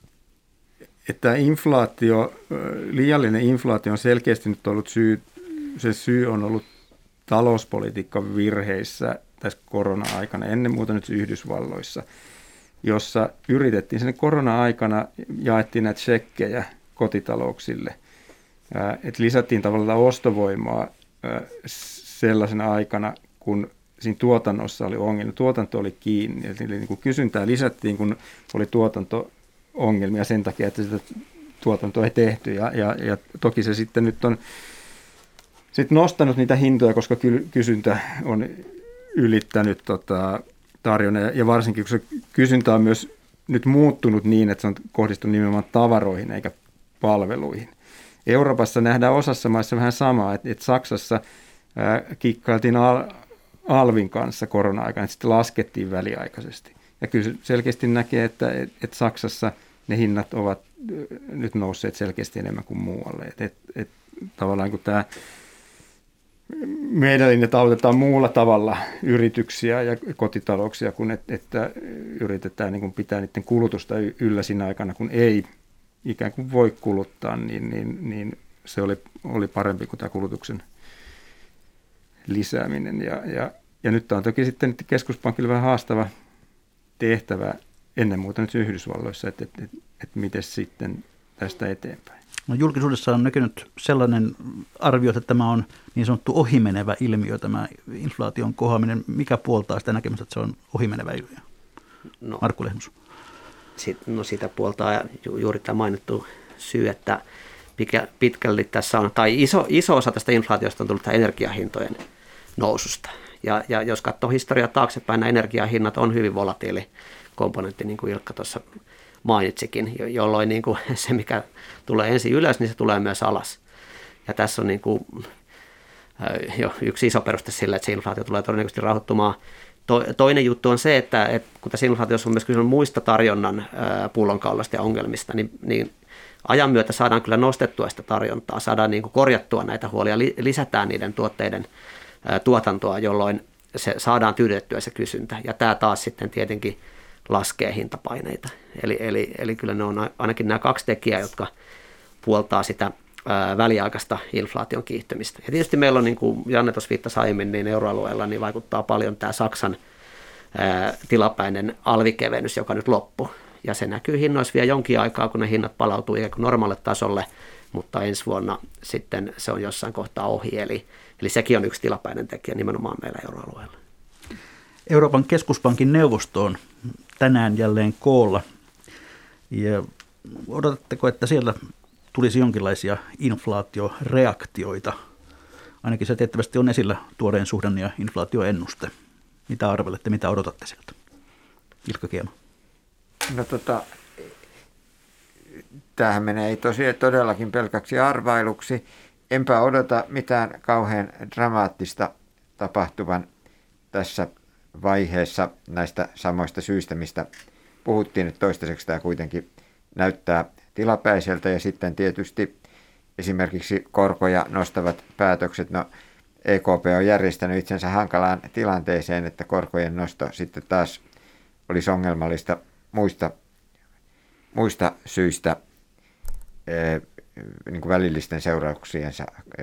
että inflaatio, liiallinen inflaatio on selkeästi nyt ollut syy, se syy on ollut talouspolitiikan virheissä tässä korona-aikana, ennen muuta nyt Yhdysvalloissa, jossa yritettiin sinne korona-aikana, jaettiin näitä shekkejä kotitalouksille, että lisättiin tavallaan ostovoimaa sellaisena aikana, kun siinä tuotannossa oli ongelmia. Tuotanto oli kiinni, eli niin kuin kysyntää lisättiin, kun oli tuotanto-ongelmia sen takia, että sitä tuotantoa ei tehty. Ja, ja, ja toki se sitten nyt on sit nostanut niitä hintoja, koska kysyntä on ylittänyt tota, tarjonnan. Ja varsinkin, kun se kysyntä on myös nyt muuttunut niin, että se on kohdistunut nimenomaan tavaroihin eikä palveluihin. Euroopassa nähdään osassa maissa vähän samaa, että, että Saksassa kikkailtiin alvin kanssa korona-aikana, että sitten laskettiin väliaikaisesti. Ja kyllä selkeästi näkee, että, että Saksassa ne hinnat ovat nyt nousseet selkeästi enemmän kuin muualle. Että, että, että tavallaan kun tämä meidän linjat autetaan muulla tavalla yrityksiä ja kotitalouksia, kun että, että yritetään niin kuin pitää niiden kulutusta yllä siinä aikana, kun ei ikään kuin voi kuluttaa, niin, niin, niin se oli, oli parempi kuin tämä kulutuksen lisääminen. Ja, ja, ja nyt on toki sitten keskuspankille vähän haastava tehtävä ennen muuta nyt Yhdysvalloissa, että, että, että, että miten sitten tästä eteenpäin. No, julkisuudessa on näkynyt sellainen arvio, että tämä on niin sanottu ohimenevä ilmiö, tämä inflaation kohoaminen. Mikä puoltaa sitä näkemystä, että se on ohimenevä ilmiö? No, Markku Lehmus. Sit, no sitä puoltaa ju, juuri tämä mainittu syy, että pitkälti tässä on, tai iso, iso osa tästä inflaatiosta on tullut energiahintojen noususta. Ja, ja jos katsoo historiaa taaksepäin, nämä energiahinnat on hyvin volatiili komponentti, niin kuin Ilkka tuossa mainitsikin, jolloin niin kuin se, mikä tulee ensin ylös, niin se tulee myös alas. Ja tässä on niin kuin jo yksi iso peruste sille, että se inflaatio tulee todennäköisesti rauhoittumaan. Toinen juttu on se, että, että kun tässä inflaatiossa on myös kysymys muista tarjonnan pullonkaulasta ja ongelmista, niin, niin ajan myötä saadaan kyllä nostettua sitä tarjontaa, saadaan niin kuin korjattua näitä huolia, lisätään niiden tuotteiden tuotantoa, jolloin se saadaan tyydytettyä se kysyntä. Ja tämä taas sitten tietenkin laskee hintapaineita. Eli, eli, eli kyllä ne on ainakin nämä kaksi tekijää, jotka puoltaa sitä ää, väliaikaista inflaation kiihtymistä. Ja tietysti meillä on, niin kuin Janne tuossa viittasi aiemmin, niin euroalueella niin vaikuttaa paljon tämä Saksan ää, tilapäinen alvikevennys, joka nyt loppui. Ja se näkyy hinnoissa vielä jonkin aikaa, kun ne hinnat palautuu ikään kuin normaalille tasolle, mutta ensi vuonna sitten se on jossain kohtaa ohi, eli, eli sekin on yksi tilapäinen tekijä nimenomaan meillä euroalueella. Euroopan keskuspankin neuvosto on tänään jälleen koolla, ja odotatteko, että siellä tulisi jonkinlaisia inflaatioreaktioita? Ainakin se tiettävästi on esillä tuoreen suhdanne- ja inflaatioennuste. Mitä arvelette, mitä odotatte sieltä? Ilkka Kiema. No tota, tämähän menee tosiaan todellakin pelkäksi arvailuksi. Enpä odota mitään kauhean dramaattista tapahtuvan tässä vaiheessa näistä samoista syistä, mistä puhuttiin, että toistaiseksi tämä kuitenkin näyttää tilapäiseltä, ja sitten tietysti esimerkiksi korkoja nostavat päätökset. No, E K P on järjestänyt itsensä hankalaan tilanteeseen, että korkojen nosto sitten taas olisi ongelmallista muista, muista syistä, niin kuin välillisten seurauksiensa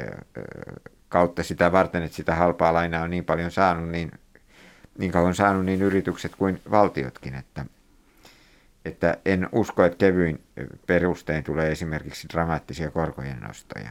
kautta sitä varten, että sitä halpaa lainaa on niin paljon saanut, niin, niin kauan saanut niin yritykset kuin valtiotkin, että, että en usko, että kevyin perustein tulee esimerkiksi dramaattisia korkojen nostoja.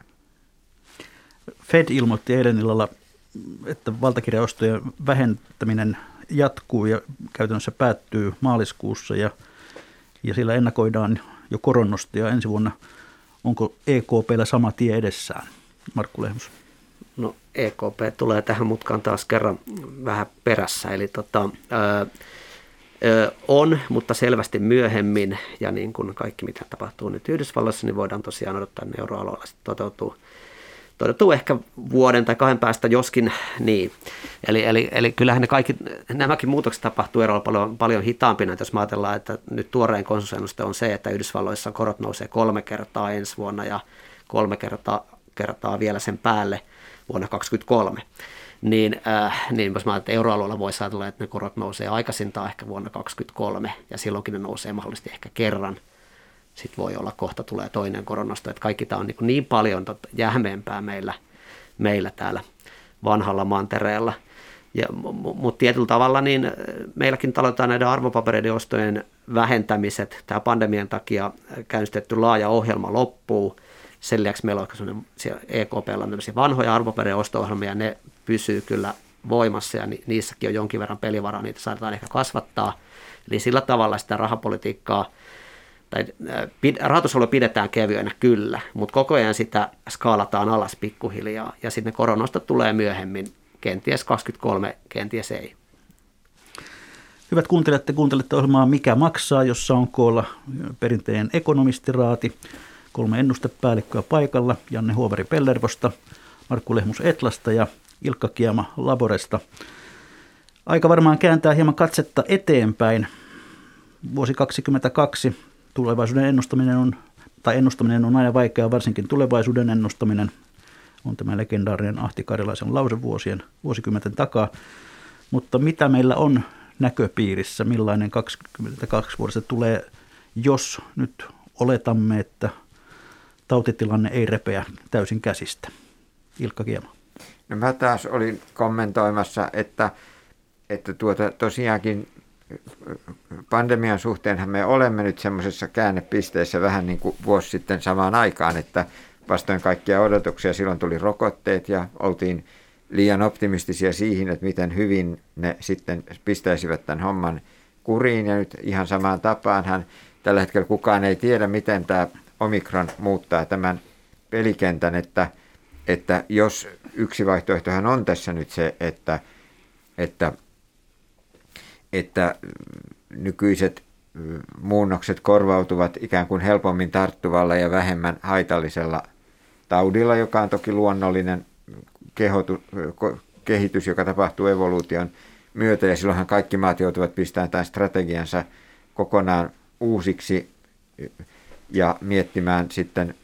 Fed ilmoitti eilen illalla, että valtakirjaostojen vähentäminen jatkuu ja käytännössä päättyy maaliskuussa, ja, ja sillä ennakoidaan jo koronnostoja ensi vuonna. Onko E K P:llä sama tie edessään? Markku Lehmus. No E K P tulee tähän mutkaan taas kerran vähän perässä, eli tota, ää, ö, on, mutta selvästi myöhemmin, ja niin kuin kaikki mitä tapahtuu nyt Yhdysvalloissa, niin voidaan tosiaan odottaa, että euroalueella sitten toteutuu, toteutuu ehkä vuoden tai kahden päästä, joskin niin. Eli, eli, eli kyllähän ne kaikki, nämäkin muutokset tapahtuu erolla paljon, paljon hitaampina, että jos me ajatellaan, että nyt tuoreen konsensusennuste on se, että Yhdysvalloissa korot nousee kolme kertaa ensi vuonna ja kolme kertaa, kertaa vielä sen päälle vuonna kaksituhattakaksikymmentäkolme. Niin, äh, niin jos mä ajattelen, että euroalueella voisi ajatella, että ne korot nousee aikaisintaan ehkä vuonna kaksituhattakaksikymmentäkolme, ja silloinkin ne nousee mahdollisesti ehkä kerran. Sitten voi olla, kohta tulee toinen koronnosto, että kaikki tämä on niin, niin paljon totta, jähmeempää meillä, meillä täällä vanhalla mantereella. Ja, mutta tietyllä tavalla niin meilläkin talotetaan näiden arvopapereiden ostojen vähentämiset. Tämä pandemian takia käynnistetty laaja ohjelma loppuu. Sen lisäksi meillä on E K P:llä on tämmöisiä vanhoja arvopapereiden osto-ohjelmia, ja ne pysyy kyllä voimassa, ja niissäkin on jonkin verran pelivaraa, niitä saadaan ehkä kasvattaa. Eli sillä tavalla sitä rahapolitiikkaa tai rahoitusalue pidetään kevyenä kyllä, mutta koko ajan sitä skaalataan alas pikkuhiljaa, ja sitten ne koronostot tulee myöhemmin, kenties kaksikymmentäkolme, kenties ei. Hyvät kuuntelijat, te kuuntelette ohjelmaa Mikä maksaa, jossa on koolla perinteinen ekonomistiraati, kolme ennustepäällikköä paikalla, Janne Huovari Pellervosta, Markku Lehmus Etlasta ja Ilkka Kiema Laboresta. Aika varmaan kääntää hieman katsetta eteenpäin. Vuosi kaksikymmentäkaksi. Tulevaisuuden ennustaminen on, tai ennustaminen on aina vaikeaa, varsinkin tulevaisuuden ennustaminen on tämä legendaarinen Ahti Karjalaisen lause vuosien, vuosikymmenten takaa. Mutta mitä meillä on näköpiirissä, millainen kaksikymmentäkaksi vuodesta tulee, jos nyt oletamme, että tautitilanne ei repeä täysin käsistä? Ilkka Kiema. No mä taas olin kommentoimassa, että, että tuota, tosiaankin pandemian suhteenhan me olemme nyt semmoisessa käännepisteessä vähän niin kuin vuosi sitten samaan aikaan, että vastoin kaikkia odotuksia silloin tuli rokotteet ja oltiin liian optimistisia siihen, että miten hyvin ne sitten pistäisivät tämän homman kuriin, ja nyt ihan samaan tapaanhan tällä hetkellä kukaan ei tiedä, miten tämä Omikron muuttaa tämän pelikentän, että, että jos yksi vaihtoehtohan on tässä nyt se, että, että että nykyiset muunnokset korvautuvat ikään kuin helpommin tarttuvalla ja vähemmän haitallisella taudilla, joka on toki luonnollinen kehotu, kehitys, joka tapahtuu evoluution myötä, ja silloinhan kaikki maat joutuvat pistämään tämän strategiansa kokonaan uusiksi ja miettimään sitten,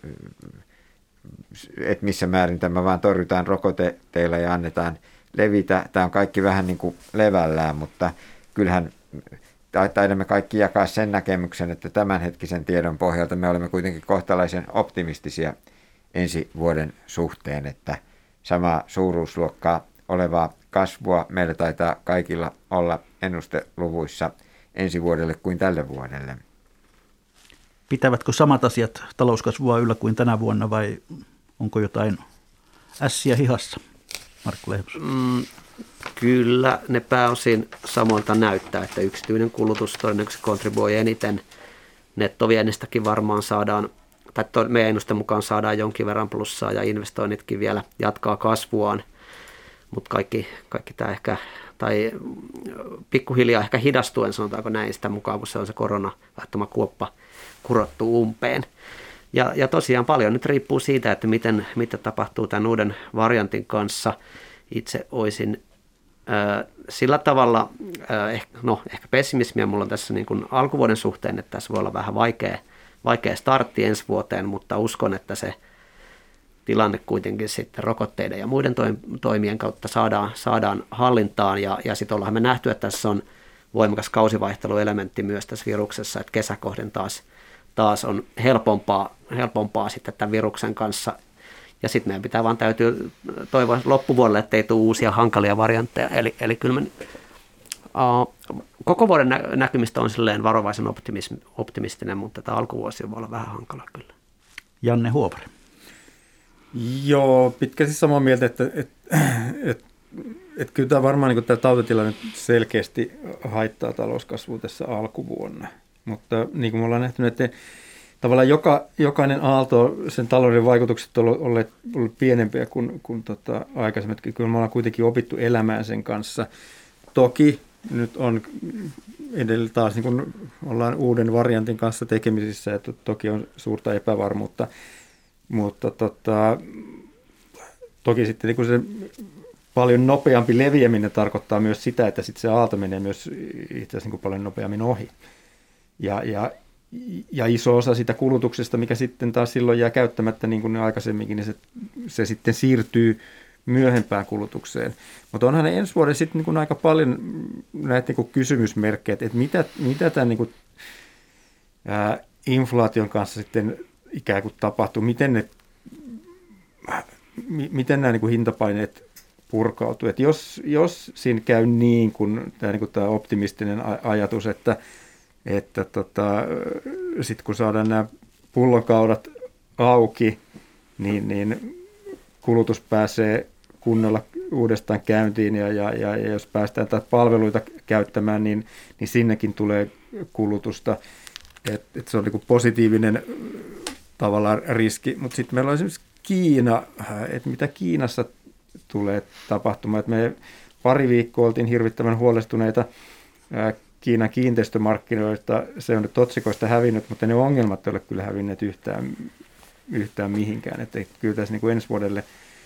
että missä määrin tämä vaan torjutaan rokoteilla ja annetaan levitä. Tämä on kaikki vähän niin kuin levällään, mutta kyllähän taidamme kaikki jakaa sen näkemyksen, että tämänhetkisen tiedon pohjalta me olemme kuitenkin kohtalaisen optimistisia ensi vuoden suhteen, että samaa suuruusluokkaa olevaa kasvua meillä taitaa kaikilla olla ennusteluvuissa ensi vuodelle kuin tälle vuodelle. Pitävätkö samat asiat talouskasvua yllä kuin tänä vuonna vai onko jotain ässiä hihassa, Markku Lehmus? Mm, kyllä ne pääosin samoilta näyttää, että yksityinen kulutus todennäköisesti kontribuoi eniten. Nettoviennistäkin varmaan saadaan, tai meidän ennusteen mukaan saadaan jonkin verran plussaa ja investoinnitkin vielä jatkaa kasvuaan, mutta kaikki, kaikki tämä ehkä, tai pikkuhiljaa ehkä hidastuen, sanotaanko näin, sitä mukaan, kun se on se korona-vähtömä kuoppa kurottu umpeen. Ja, ja tosiaan paljon nyt riippuu siitä, että miten, mitä tapahtuu tämän uuden variantin kanssa. Itse olisin äh, sillä tavalla, äh, ehkä, no ehkä pessimismiä mulla on tässä niin kuin alkuvuoden suhteen, että tässä voi olla vähän vaikea, vaikea startti ensi vuoteen, mutta uskon, että se tilanne kuitenkin sitten rokotteiden ja muiden toimien kautta saadaan, saadaan hallintaan. Ja, ja sitten ollaan me nähty, että tässä on voimakas kausivaihteluelementti myös tässä viruksessa, että kesäkohden taas, taas on helpompaa, helpompaa sitten tämän viruksen kanssa. Ja sitten meidän pitää vaan täytyy toivoa loppuvuodelle, että ei tule uusia hankalia variantteja. Eli, eli kyllä me, uh, koko vuoden nä- näkymistä on silleen varovaisen optimis- optimistinen, mutta tämä alkuvuosi voi olla vähän hankala kyllä. Janne Huopari. Joo, pitkälti samaa mieltä, että, että, että, että kyllä tämä varmaan niin tämä tautitilanne selkeästi haittaa talouskasvua tässä alkuvuonna. Mutta niin kuin me ollaan nähty, että tavallaan joka, jokainen aalto, sen talouden vaikutukset ovat olleet, olleet pienempiä kuin, kuin tota, aikaisemmin. Kyllä me ollaan kuitenkin opittu elämään sen kanssa. Toki nyt on edelleen taas niin kuin ollaan uuden variantin kanssa tekemisissä, että toki on suurta epävarmuutta. Mutta tota, toki sitten niin kuin se paljon nopeampi leviäminen tarkoittaa myös sitä, että sitten se aalto menee myös itse asiassa niin kuin paljon nopeammin ohi. Ja, ja, ja iso osa sitä kulutuksesta, mikä sitten taas silloin jää käyttämättä niin kuin aikaisemminkin, niin se, se sitten siirtyy myöhempään kulutukseen. Mutta onhan ne ensi vuoden sitten niin kuin aika paljon näitä niin kuin kysymysmerkkejä, että mitä, mitä tämän niin kuin, ää, inflaation kanssa sitten ikään kuin tapahtuu, miten, ne, miten nämä niin kuin hintapaineet purkautuu. Et jos, jos siinä käy niin kuin tämä, niin kuin tämä optimistinen ajatus, että, että tota, sitten kun saadaan nämä pullonkaudat auki, niin, niin kulutus pääsee kunnolla uudestaan käyntiin ja, ja, ja, ja jos päästään tätä palveluita käyttämään, niin, niin sinnekin tulee kulutusta. Et, et se on niin kuin positiivinen tavallaan riski, mutta sitten meillä on esimerkiksi Kiina, että mitä Kiinassa tulee tapahtumaan. Et me pari viikkoa oltiin hirvittävän huolestuneita Kiinan kiinteistömarkkinoista. Se on nyt otsikoista hävinnyt, mutta ne ongelmat ei ole kyllä hävinneet yhtään, yhtään mihinkään. Että kyllä tässä niin kuin ensi vuodelle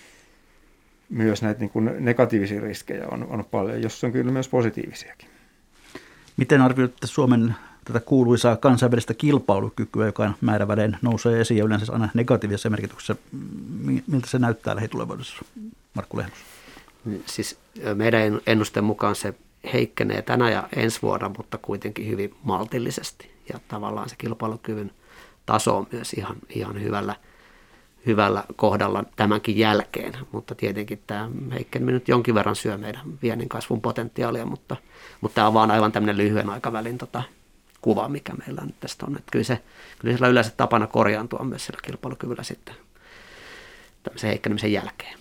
myös näitä niin kuin negatiivisia riskejä on, on paljon, jos on kyllä myös positiivisiakin. Miten arvioitte Suomen tätä kuuluisaa kansainvälistä kilpailukykyä, joka määrävälein nousee esiin ja yleensä aina negatiivisessa merkityksessä? Miltä se näyttää lähitulevaisuudessa, Markku Lehmus? Siis meidän ennusteen mukaan se heikkenee tänä ja ensi vuonna, mutta kuitenkin hyvin maltillisesti. Ja tavallaan se kilpailukyvyn taso on myös ihan, ihan hyvällä, hyvällä kohdalla tämänkin jälkeen. Mutta tietenkin tämä heikkeneminen nyt jonkin verran syö meidän viennin kasvun potentiaalia, mutta, mutta tämä on vaan aivan tämmöinen lyhyen aikavälin tota, kuva, mikä meillä nyt tästä on. Että kyllä, se, kyllä sillä yleensä tapana korjaantua myös sillä kilpailukyvyllä sitten tämmöisen heikkenemisen jälkeen.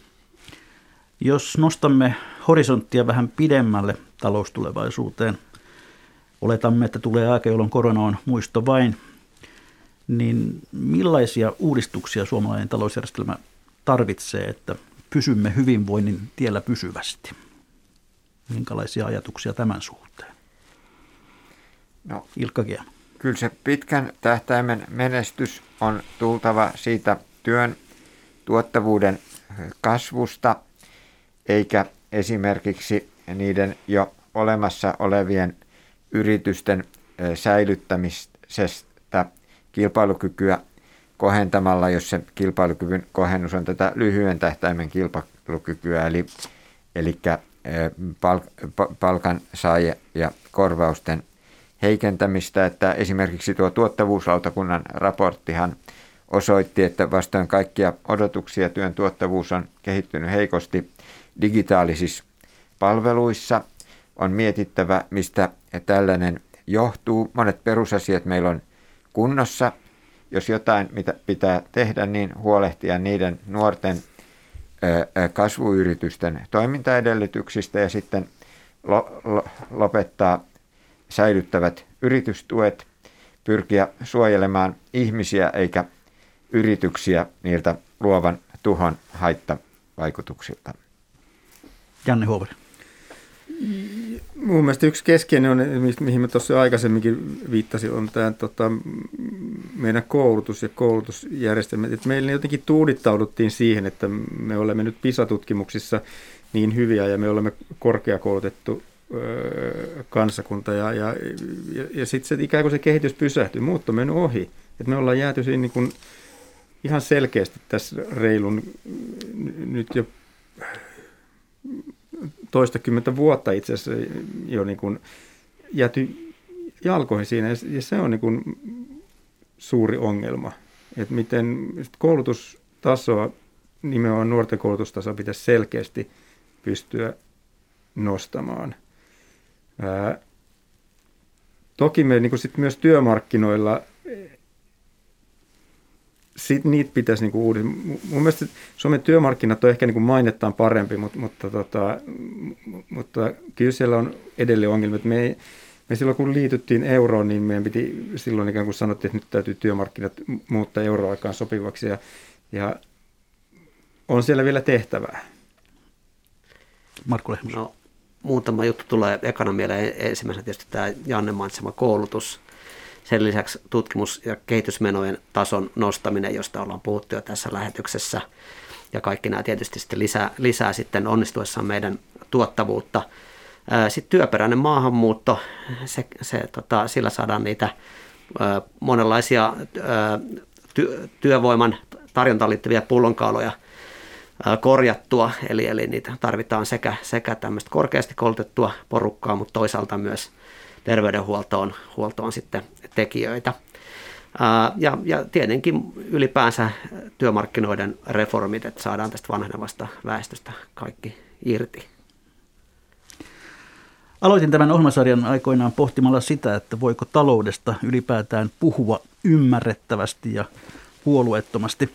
Jos nostamme horisonttia vähän pidemmälle taloustulevaisuuteen, oletamme, että tulee aika, jolloin korona on muisto vain, niin millaisia uudistuksia suomalainen talousjärjestelmä tarvitsee, että pysymme hyvinvoinnin tiellä pysyvästi? Minkälaisia ajatuksia tämän suhteen? No, Ilkka Kieno. Kyllä se pitkän tähtäimen menestys on tultava siitä työn tuottavuuden kasvusta, eikä esimerkiksi niiden jo olemassa olevien yritysten säilyttämisestä kilpailukykyä kohentamalla, jos se kilpailukyvyn kohennus on tätä lyhyen tähtäimen kilpailukykyä, eli, eli palkan saaja ja korvausten heikentämistä, että esimerkiksi tuo tuottavuuslautakunnan raporttihan osoitti, että vastoin kaikkia odotuksia työn tuottavuus on kehittynyt heikosti digitaalisissa palveluissa. On mietittävä, mistä tällainen johtuu. Monet perusasiat meillä on kunnossa jos jotain mitä pitää tehdä, niin huolehtia niiden nuorten kasvuyritysten toimintaedellytyksistä ja sitten lopettaa säilyttävät yritystuet, pyrkiä suojelemaan ihmisiä eikä yrityksiä niiltä luovan tuhon haittavaikutuksilta. Janne Huovinen. Mun mielestä yksi keskeinen on, mihin mä tuossa aikaisemminkin viittasin, on tämä tota, meidän koulutus ja koulutusjärjestelmät. Et meillä jotenkin tuudittauduttiin siihen, että me olemme nyt PISA-tutkimuksissa niin hyviä ja me olemme korkeakoulutettu öö, kansakunta ja, ja, ja, ja sitten se, ikään kuin se kehitys pysähtyy, muut on mennyt ohi. Et me ollaan jääty siinä niin kuin ihan selkeästi tässä reilun nyt jo toistakymmentä vuotta itse asiassa jo niin kuin jääty jalkoihin siinä, ja se on niin kuin suuri ongelma, että miten koulutustasoa, nimenomaan nuorten koulutustasoa pitäisi selkeästi pystyä nostamaan. Ää, toki me niin kuin sit myös työmarkkinoilla sitten niitä pitäisi niinku uudistaa. Mun mielestä Suomen työmarkkinat on ehkä niinku mainettaan parempi, mutta, mutta, tota, mutta kyllä siellä on edelleen ongelmia. Me, me silloin kun liityttiin euroon, niin meidän piti silloin ikään kuin sanottiin, että nyt täytyy työmarkkinat muuttaa euroaikaan sopivaksi ja, ja on siellä vielä tehtävää. Markku Lehmus. No, muutama juttu tulee ekana mieleen. Ensimmäisenä tietysti tämä Janne mainitsema koulutus. Sen lisäksi tutkimus- ja kehitysmenojen tason nostaminen, josta ollaan puhuttu jo tässä lähetyksessä. Ja kaikki nämä tietysti sitten lisää, lisää sitten onnistuessaan meidän tuottavuutta. Sitten työperäinen maahanmuutto, se, se, tota, sillä saadaan niitä ö, monenlaisia ö, ty, työvoiman tarjontaan liittyviä pullonkauloja ö, korjattua. Eli, eli niitä tarvitaan sekä, sekä tämmöistä korkeasti koulutettua porukkaa, mutta toisaalta myös terveydenhuoltoon huoltoon sitten tekijöitä. Ää, ja, ja tietenkin ylipäänsä työmarkkinoiden reformit, että saadaan tästä vanhenevasta väestöstä kaikki irti. Aloitin tämän ohjelmasarjan aikoinaan pohtimalla sitä, että voiko taloudesta ylipäätään puhua ymmärrettävästi ja puolueettomasti.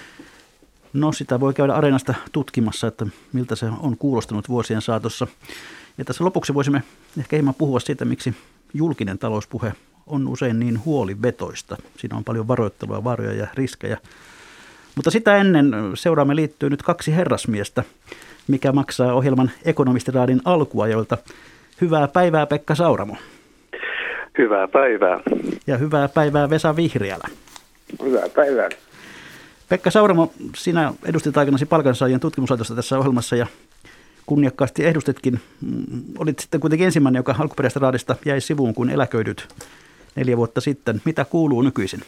No, sitä voi käydä Areenasta tutkimassa, että miltä se on kuulostanut vuosien saatossa. Ja tässä lopuksi voisimme ehkä hieman puhua siitä, miksi julkinen talouspuhe on usein niin huolivetoista. Siinä on paljon varoittelua, vaaroja ja riskejä. Mutta sitä ennen seuraamme liittyy nyt kaksi herrasmiestä, mikä maksaa ohjelman ekonomistiraadin alkuajoilta. Hyvää päivää, Pekka Sauramo. Hyvää päivää. Ja hyvää päivää, Vesa Vihriälä. Hyvää päivää. Pekka Sauramo, sinä edustit aikanasi palkansaajien tutkimuslaitosta tässä ohjelmassa ja kunniakkaasti edustetkin. Olit sitten kuitenkin ensimmäinen, joka alkuperäistä raadista jäi sivuun, kun eläköidyt neljä vuotta sitten. Mitä kuuluu nykyisin?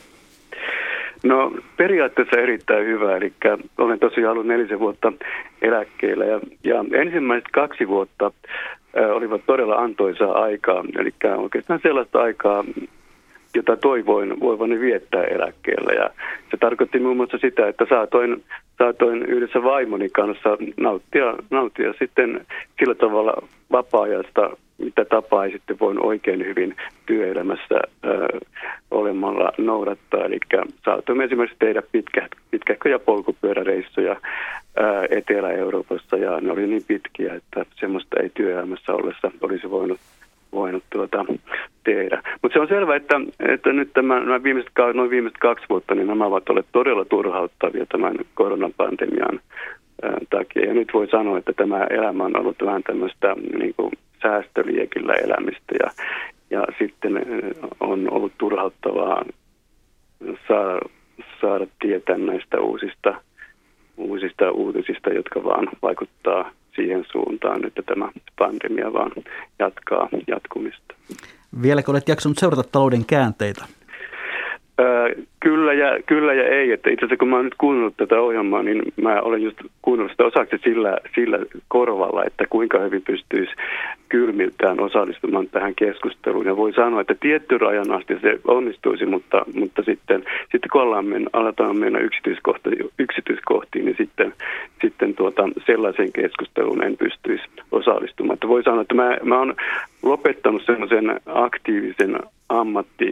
No, periaatteessa erittäin hyvä. Eli olen tosiaan ollut nelisen vuotta eläkkeellä ja, ja ensimmäiset kaksi vuotta ä, olivat todella antoisaa aikaa. Eli oikeastaan sellaista aikaa, jota toivoin voivani viettää eläkkeellä. Ja se tarkoitti muun muassa sitä, että saatoin, saatoin yhdessä vaimoni kanssa nauttia, nauttia sitten sillä tavalla vapaa-ajasta, mitä tapaa ei sitten voin oikein hyvin työelämässä ö, olemalla noudattaa. Eli saatoimme esimerkiksi tehdä pitkä, pitkähköjä polkupyöräreissuja ö, Etelä-Euroopassa, ja ne oli niin pitkiä, että semmoista ei työelämässä ollessa olisi voinut voinut tuota tehdä. Mutta se on selvä, että, että nyt tämä, nämä viimeiset, noin viimeiset kaksi vuotta, niin nämä ovat olleet todella turhauttavia tämän koronapandemian ää, takia. Ja nyt voi sanoa, että tämä elämä on ollut vähän tämmöistä niin kuin säästöliekillä elämistä. Ja, ja sitten on ollut turhauttavaa saada, saada tietää näistä uusista, uusista uutisista, jotka vaan vaikuttaa siihen suuntaan, että tämä pandemia vaan jatkaa jatkumista. Vieläkö olet jaksanut seurata talouden käänteitä? Öö, kyllä, ja, kyllä ja ei. Että itse asiassa kun mä oon nyt kuunnellut tätä ohjelmaa, niin mä olen just kuunnellut sitä osaksi sillä, sillä korvalla, että kuinka hyvin pystyisi kylmiltään osallistumaan tähän keskusteluun. Ja voi sanoa, että tietty rajan asti se onnistuisi, mutta, mutta sitten, sitten kun ollaan mennä, aletaan mennä yksityiskohtiin, yksityiskohtiin niin sitten, sitten tuota, sellaiseen keskusteluun en pystyisi osallistumaan. Että voi sanoa, että mä, mä oon lopettanut semmoisen aktiivisen ammatti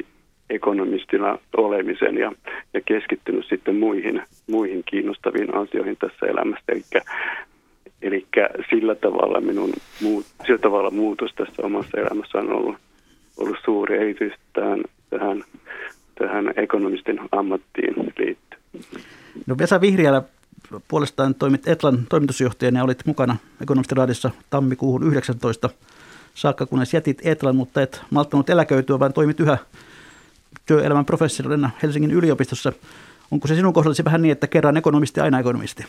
ekonomistina olemisen ja, ja keskittynyt sitten muihin, muihin kiinnostaviin asioihin tässä elämässä. Eli, eli sillä tavalla minun muut, sillä tavalla muutos tässä omassa elämässä on ollut, ollut suuri, erityisesti tähän, tähän, tähän ekonomistin ammattiin liittyen. No Vesa Vihriälä puolestaan toimit Etlan toimitusjohtajana ja olit mukana Ekonomistiraadissa tammikuuhun yhdeksäntoista saakka, kunnes jätit Etlan, mutta et malttanut eläköityä, vaan toimit yhä työelämän professorina Helsingin yliopistossa. Onko se sinun kohdallasi vähän niin, että kerran ekonomisti, aina ekonomisti?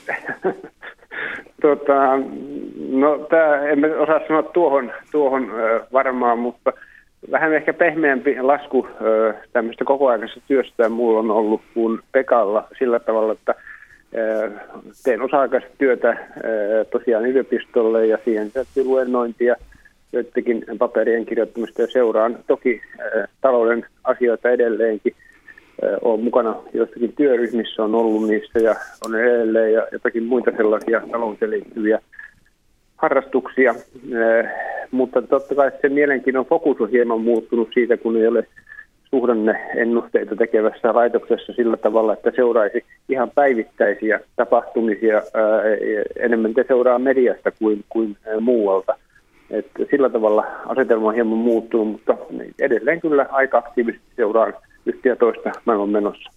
Tota, no tämä, en osaa sanoa tuohon, tuohon ö, varmaan, mutta vähän ehkä pehmeämpi lasku ö, tämmöistä kokoaikaisesta työstä mulla on ollut kuin Pekalla sillä tavalla, että ö, teen osa-aikaista työtä ö, tosiaan yliopistolle ja siihen sisältyy luennointia, joidenkin paperien kirjoittamista ja seuraan toki ö, talouden asioita edelleenkin. Olen mukana joissakin työryhmissä, on ollut niissä ja on edelleen ja jotakin muita sellaisia talouteen liittyviä harrastuksia. Mutta totta kai se mielenkiinnon fokus on hieman muuttunut siitä, kun ei ole suhdanneennusteita tekevässä laitoksessa sillä tavalla, että seuraisi ihan päivittäisiä tapahtumisia. Enemmän te seuraa mediasta kuin, kuin muualta. Että sillä tavalla asetelma on hieman muuttunut, mutta edelleen kyllä aika aktiivisesti seuraan yhtä ja toista maailman menossa.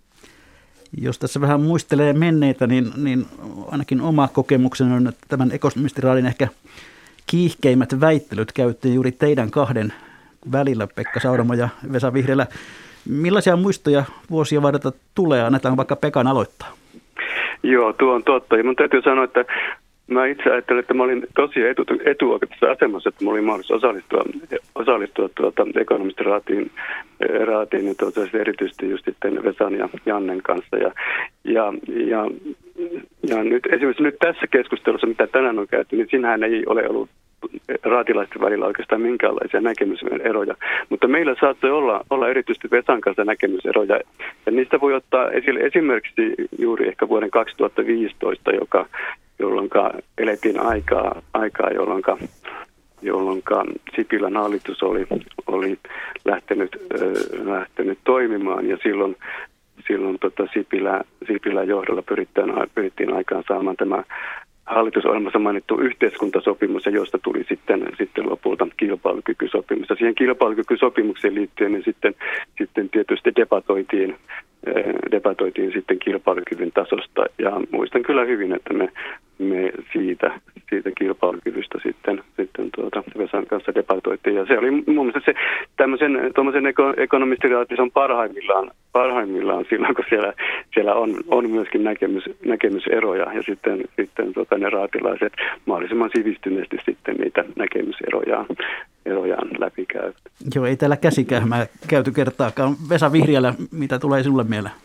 Jos tässä vähän muistelee menneitä, niin, niin ainakin oma kokemukseni on, että tämän ekonomistiraadin ehkä kiihkeimmät väittelyt käytiin juuri teidän kahden välillä, Pekka Sauramo ja Vesa Vihriälä. Millaisia muistoja vuosia vaihdalta tulee? Annetaan vaikka Pekan aloittaa. Joo, tuo on totta. Ja mun täytyy sanoa, että mä itse ajattelen, että mä olin tosi etu, etuoikeutussa asemassa, että mä olin mahdollisuus osallistua, osallistua tuota ekonomistiraatiin raatiin, ja tuota, erityisesti just sitten Vesan ja Jannen kanssa. Ja, ja, ja, ja nyt esimerkiksi nyt tässä keskustelussa, mitä tänään on käyty, niin siinähän ei ole ollut raatilaisten välillä oikeastaan minkäänlaisia näkemyseroja, mutta meillä saattoi olla, olla erityisesti Vesan kanssa näkemyseroja, ja niistä voi ottaa esille esimerkiksi juuri ehkä vuoden kaksituhattaviisitoista, joka jolloin elettiin aikaa, aikaa jolloin, jolloin Sipilän hallitus oli, oli lähtenyt, äh, lähtenyt toimimaan, ja silloin, silloin tota Sipilä, Sipilän johdolla pyrittiin, pyrittiin aikaan saamaan tämä hallitusohjelmassa mainittu yhteiskuntasopimus, josta tuli sitten, sitten lopulta kilpailukykysopimus. Ja siihen kilpailukykysopimukseen liittyen niin sitten, sitten tietysti debatoitiin, debatoitiin sitten kilpailukyvyn tasosta. Ja muistan kyllä hyvin, että me, me siitä, siitä kilpailukyvystä sitten, sitten tuota Vesan kanssa debatoitiin. Ja se oli mun mielestä se tämmöisen tuommoisen ekonomistiraatissa on parhaimmillaan, parhaimmillaan silloin, kun siellä, siellä on, on myöskin näkemys, näkemyseroja ja sitten, sitten tuota, ne raatilaiset mahdollisimman sivistyneesti sitten niitä näkemyserojaan erojaan läpikäyvät. Joo, ei täällä käsikähmää käyty kertaakaan. Vesa Vihriälä, mitä tulee sinulle mieleen?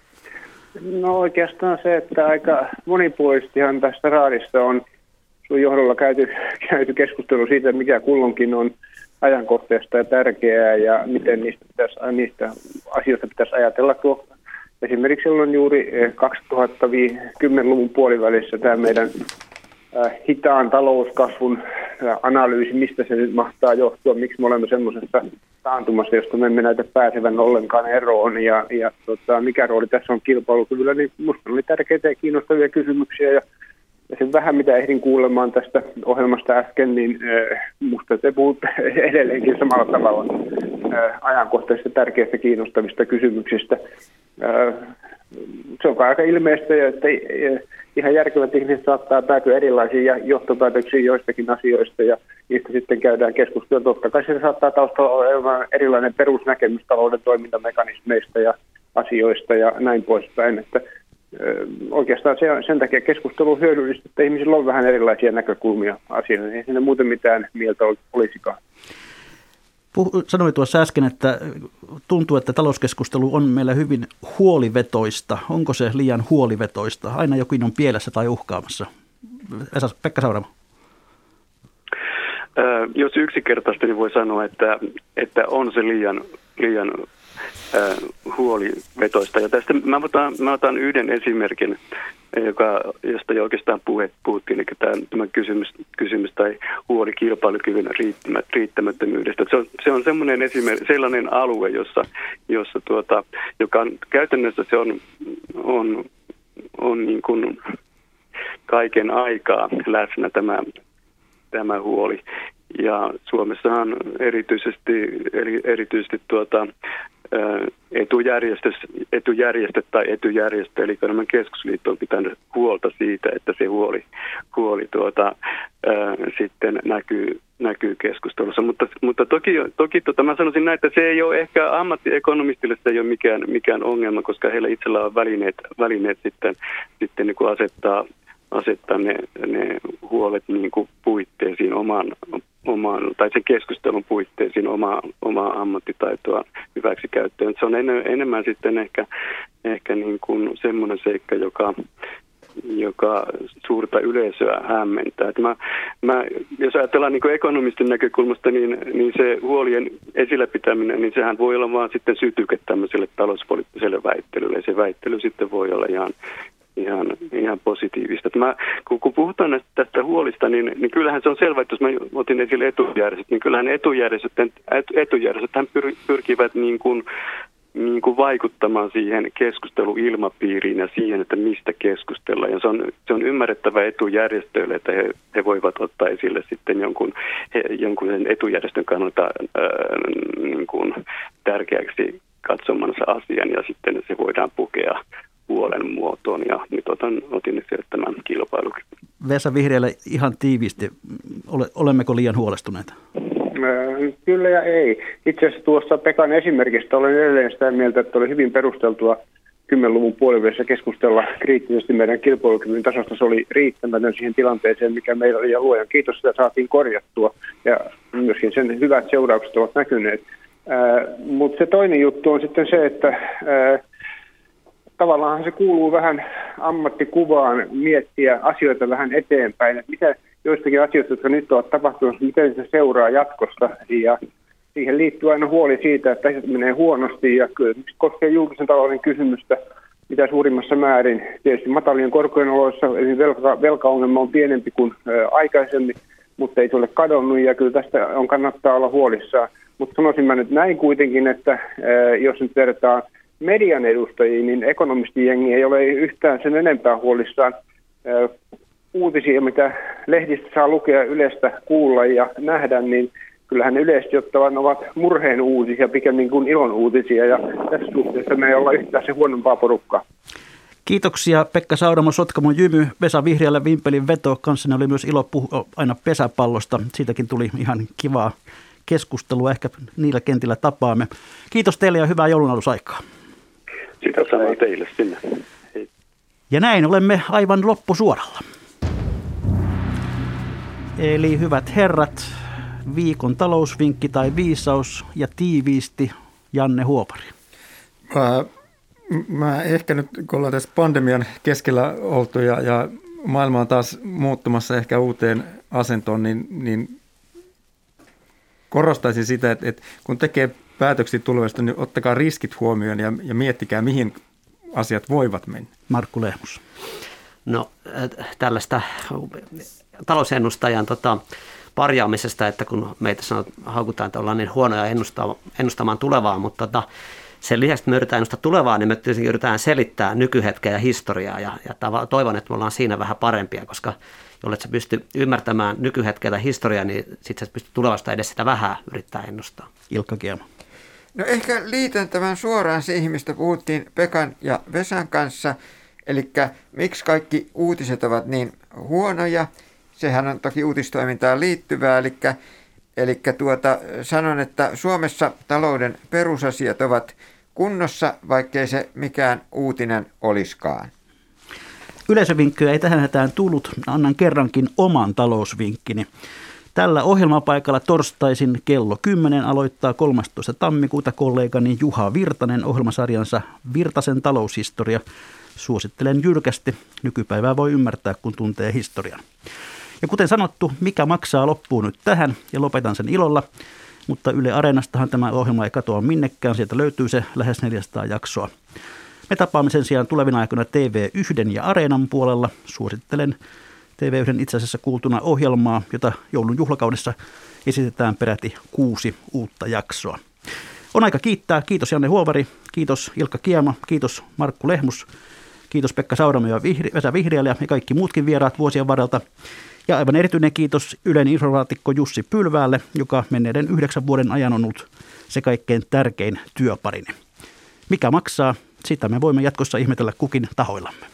No oikeastaan se, että aika monipuolistihan tästä raadista on sun johdolla käyty, käyty keskustelu siitä, mikä kulloinkin on ajankohtaista ja tärkeää ja miten niistä, pitäisi, niistä asioista pitäisi ajatella. Tuo, esimerkiksi silloin juuri kaksituhattakymmenluvun puolivälissä tämä meidän hitaan talouskasvun analyysi, mistä se nyt mahtaa johtua, miksi me olemme semmoisessa taantumassa, josta me emme näytä pääsevän ollenkaan eroon ja, ja tota, mikä rooli tässä on kilpailukyvyllä, niin minusta oli tärkeitä ja kiinnostavia kysymyksiä ja, ja sen vähän mitä ehdin kuulemaan tästä ohjelmasta äsken, niin äh, minusta te puhutte edelleenkin samalla tavalla äh, ajankohtaisista tärkeistä kiinnostavista kysymyksistä. Äh, se on aika ilmeistä, että ihan järkevät ihmiset saattaa päätyä erilaisiin johtopäätöksiin joistakin asioista ja niistä sitten käydään keskustelua. Totta kai se saattaa taustalla olla erilainen perusnäkemys talouden toimintamekanismeista ja asioista ja näin poispäin. Että, ö, oikeastaan se, sen takia keskustelu on hyödyllistä, että ihmisillä on vähän erilaisia näkökulmia asioihin. Ei siinä muuten mitään mieltä olisikaan. Sanoin tuossa äsken, että tuntuu, että talouskeskustelu on meillä hyvin huolivetoista. Onko se liian huolivetoista? Aina jokin on pielessä tai uhkaamassa. Esa, Pekka Sauramo. Jos yksinkertaisesti, niin voi sanoa, että, että on se liian, liian ää, huolivetoista. Ja tästä mä otan, mä otan yhden esimerkin, joka, josta jo oikeastaan puhe, puhuttiin, eli tämä, tämä kysymys, kysymys tai huoli kilpailukyvyn riittämättömyydestä. Se on, se on semmoinen esimerkki, sellainen alue, jossa, jossa tuota, joka on, käytännössä se on, on, on niin kuin kaiken aikaa läsnä tämä, tämä huoli. Ja Suomessahan erityisesti, eri, erityisesti tuota, etujärjestöt, etujärjestöt tai etujärjestö, eli Elinkeinoelämän keskusliitto on pitänyt huolta siitä, että se huoli, huoli tuota, ää, sitten näkyy, näkyy keskustelussa. Mutta, mutta toki, toki tota, mä sanoisin näin, että se ei ole ehkä ammattiekonomistille se ei ole mikään, mikään ongelma, koska heillä itsellä on välineet, välineet sitten, sitten niin kuin asettaa, asettaa ne, ne huolet niin kuin puitteisiin oman, omaan, tai sen keskustelun puitteisiin omaa, omaa ammattitaitoa hyväksi käyttöön. Se on en, enemmän sitten ehkä, ehkä niin kuin semmoinen seikka, joka, joka suurta yleisöä hämmentää. Mä, mä, jos ajatellaan niin kuin ekonomistin näkökulmasta, niin, niin se huolien esillä pitäminen, niin sehän voi olla vaan sitten sytyke tämmöiselle talouspoliittiselle väittelylle. Ja se väittely sitten voi olla ihan Ihan, ihan positiivista. Mä, kun, kun puhutaan näistä, tästä huolista, niin, niin kyllähän se on selvä, että jos mä otin esille etujärjestöt, niin kyllähän etujärjestöt, etujärjestöt pyr, pyrkivät niin kuin, niin kuin vaikuttamaan siihen keskusteluilmapiiriin ja siihen, että mistä keskustellaan. Ja se on, se on ymmärrettävä etujärjestöille, että he, he voivat ottaa esille sitten jonkun, he, jonkun sen etujärjestön kannalta ää, niin kuin tärkeäksi katsomansa asian ja sitten se voidaan pukea huolen muotoon, ja nyt otan, otin esille tämän kilpailukyky. Vesa Vihriälä, ihan tiiviisti, ole, olemmeko liian huolestuneita? Kyllä ja ei. Itse asiassa tuossa Pekan esimerkistä olen edelleen sitä mieltä, että oli hyvin perusteltua kymmenluvun puolivälissä keskustella kriittisesti meidän kilpailukyvyn tasosta. Se oli riittämätön siihen tilanteeseen, mikä meillä oli, ja luojan kiitos, sitä saatiin korjattua, ja myöskin sen hyvät seuraukset ovat näkyneet. Mutta se toinen juttu on sitten se, että ää, tavallaan se kuuluu vähän ammattikuvaan miettiä asioita vähän eteenpäin, että mitä joistakin asioista, jotka nyt ovat tapahtunut, miten se seuraa jatkosta, ja siihen liittyy aina huoli siitä, että asiat menee huonosti, ja koskee julkisen talouden kysymystä mitä suurimmassa määrin. Tietysti matalien korkojen oloissa velka, velkaongelma on pienempi kuin ä, aikaisemmin, mutta ei se ole kadonnut, ja kyllä tästä on kannattaa olla huolissaan. Mutta sanoisin mä nyt näin kuitenkin, että ä, jos nyt verrataan median edustajiin, niin ekonomistijengi ei ole yhtään sen enempää huolissaan ä, uutisia, mitä lehdistä saa lukea, Ylestä kuulla ja nähdä, niin kyllähän yleisesti ottavan ovat murheen uutisia pikemmin kuin ilon uutisia, ja tässä suhteessa me ei olla yhtään se huonompaa porukkaa. Kiitoksia Pekka Sauramo, Sotkamon Jymy, Vesa Vihriälä, Vimpelin veto. Kanssani oli myös ilo puhua aina pesäpallosta. Siitäkin tuli ihan kivaa keskustelua, ehkä niillä kentillä tapaamme. Kiitos teille ja hyvää joulunalusaikaa. Sitä samaa teille sinne. Hei. Ja näin olemme aivan loppusuoralla. Eli hyvät herrat, viikon talousvinkki tai viisaus ja tiiviisti Janne Huopari. Mä, mä ehkä nyt, kun ollaan tässä pandemian keskellä oltu ja, ja maailma on taas muuttumassa ehkä uuteen asentoon, niin, niin korostaisin sitä, että, että kun tekee päätöksiä tulevaisuudesta, niin ottakaa riskit huomioon ja, ja miettikää, mihin asiat voivat mennä. Markku Lehmus. No tällaista talousennustajan tota, parjaamisesta, että kun meitä sanot, haukutaan, että ollaan niin huonoja ennustamaan tulevaa, mutta tota, sen lisäksi, että me yritetään ennustaa tulevaa, niin me tietysti yritetään selittää nykyhetkeä ja historiaa, ja, ja toivon, että me ollaan siinä vähän parempia, koska jollet sä pysty ymmärtämään nykyhetkeä tai historiaa, niin sitten sä pysty tulevaisuutta edes sitä vähän yrittää ennustaa. Ilkka Kiema. No ehkä liitän tämän suoraan siihen, mistä puhuttiin Pekan ja Vesan kanssa, eli miksi kaikki uutiset ovat niin huonoja. Sehän on toki uutistoimintaan liittyvää, eli, eli tuota, sanon, että Suomessa talouden perusasiat ovat kunnossa, vaikkei se mikään uutinen olisikaan. Yleisövinkkyä ei tähän hätään tullut. Annan kerrankin oman talousvinkkini. Tällä ohjelmapaikalla torstaisin kello kymmenen aloittaa kolmastoista tammikuuta kollegani Juha Virtanen ohjelmasarjansa Virtasen taloushistoria. Suosittelen jyrkästi. Nykypäivää voi ymmärtää, kun tuntee historian. Ja kuten sanottu, mikä maksaa loppuu nyt tähän, ja lopetan sen ilolla. mutta Yle Areenastahan tämä ohjelma ei katoa minnekään. Sieltä löytyy se lähes neljäsataa jaksoa. Me tapaamme sen sijaan tulevina aikoina T V yksi ja Areenan puolella. Suosittelen T V yksi itse asiassa kuultuna ohjelmaa, jota joulun juhlakaudessa esitetään peräti kuusi uutta jaksoa. On aika kiittää. Kiitos Janne Huovari, kiitos Ilkka Kiema, kiitos Markku Lehmus, kiitos Pekka Sauramo ja Vesa Vihriälä ja kaikki muutkin vieraat vuosien varrelta. Ja aivan erityinen kiitos Ylen informaatikko Jussi Pylväälle, joka menneiden yhdeksän vuoden ajan on ollut se kaikkein tärkein työparini. Mikä maksaa? Sitä me voimme jatkossa ihmetellä kukin tahoillamme.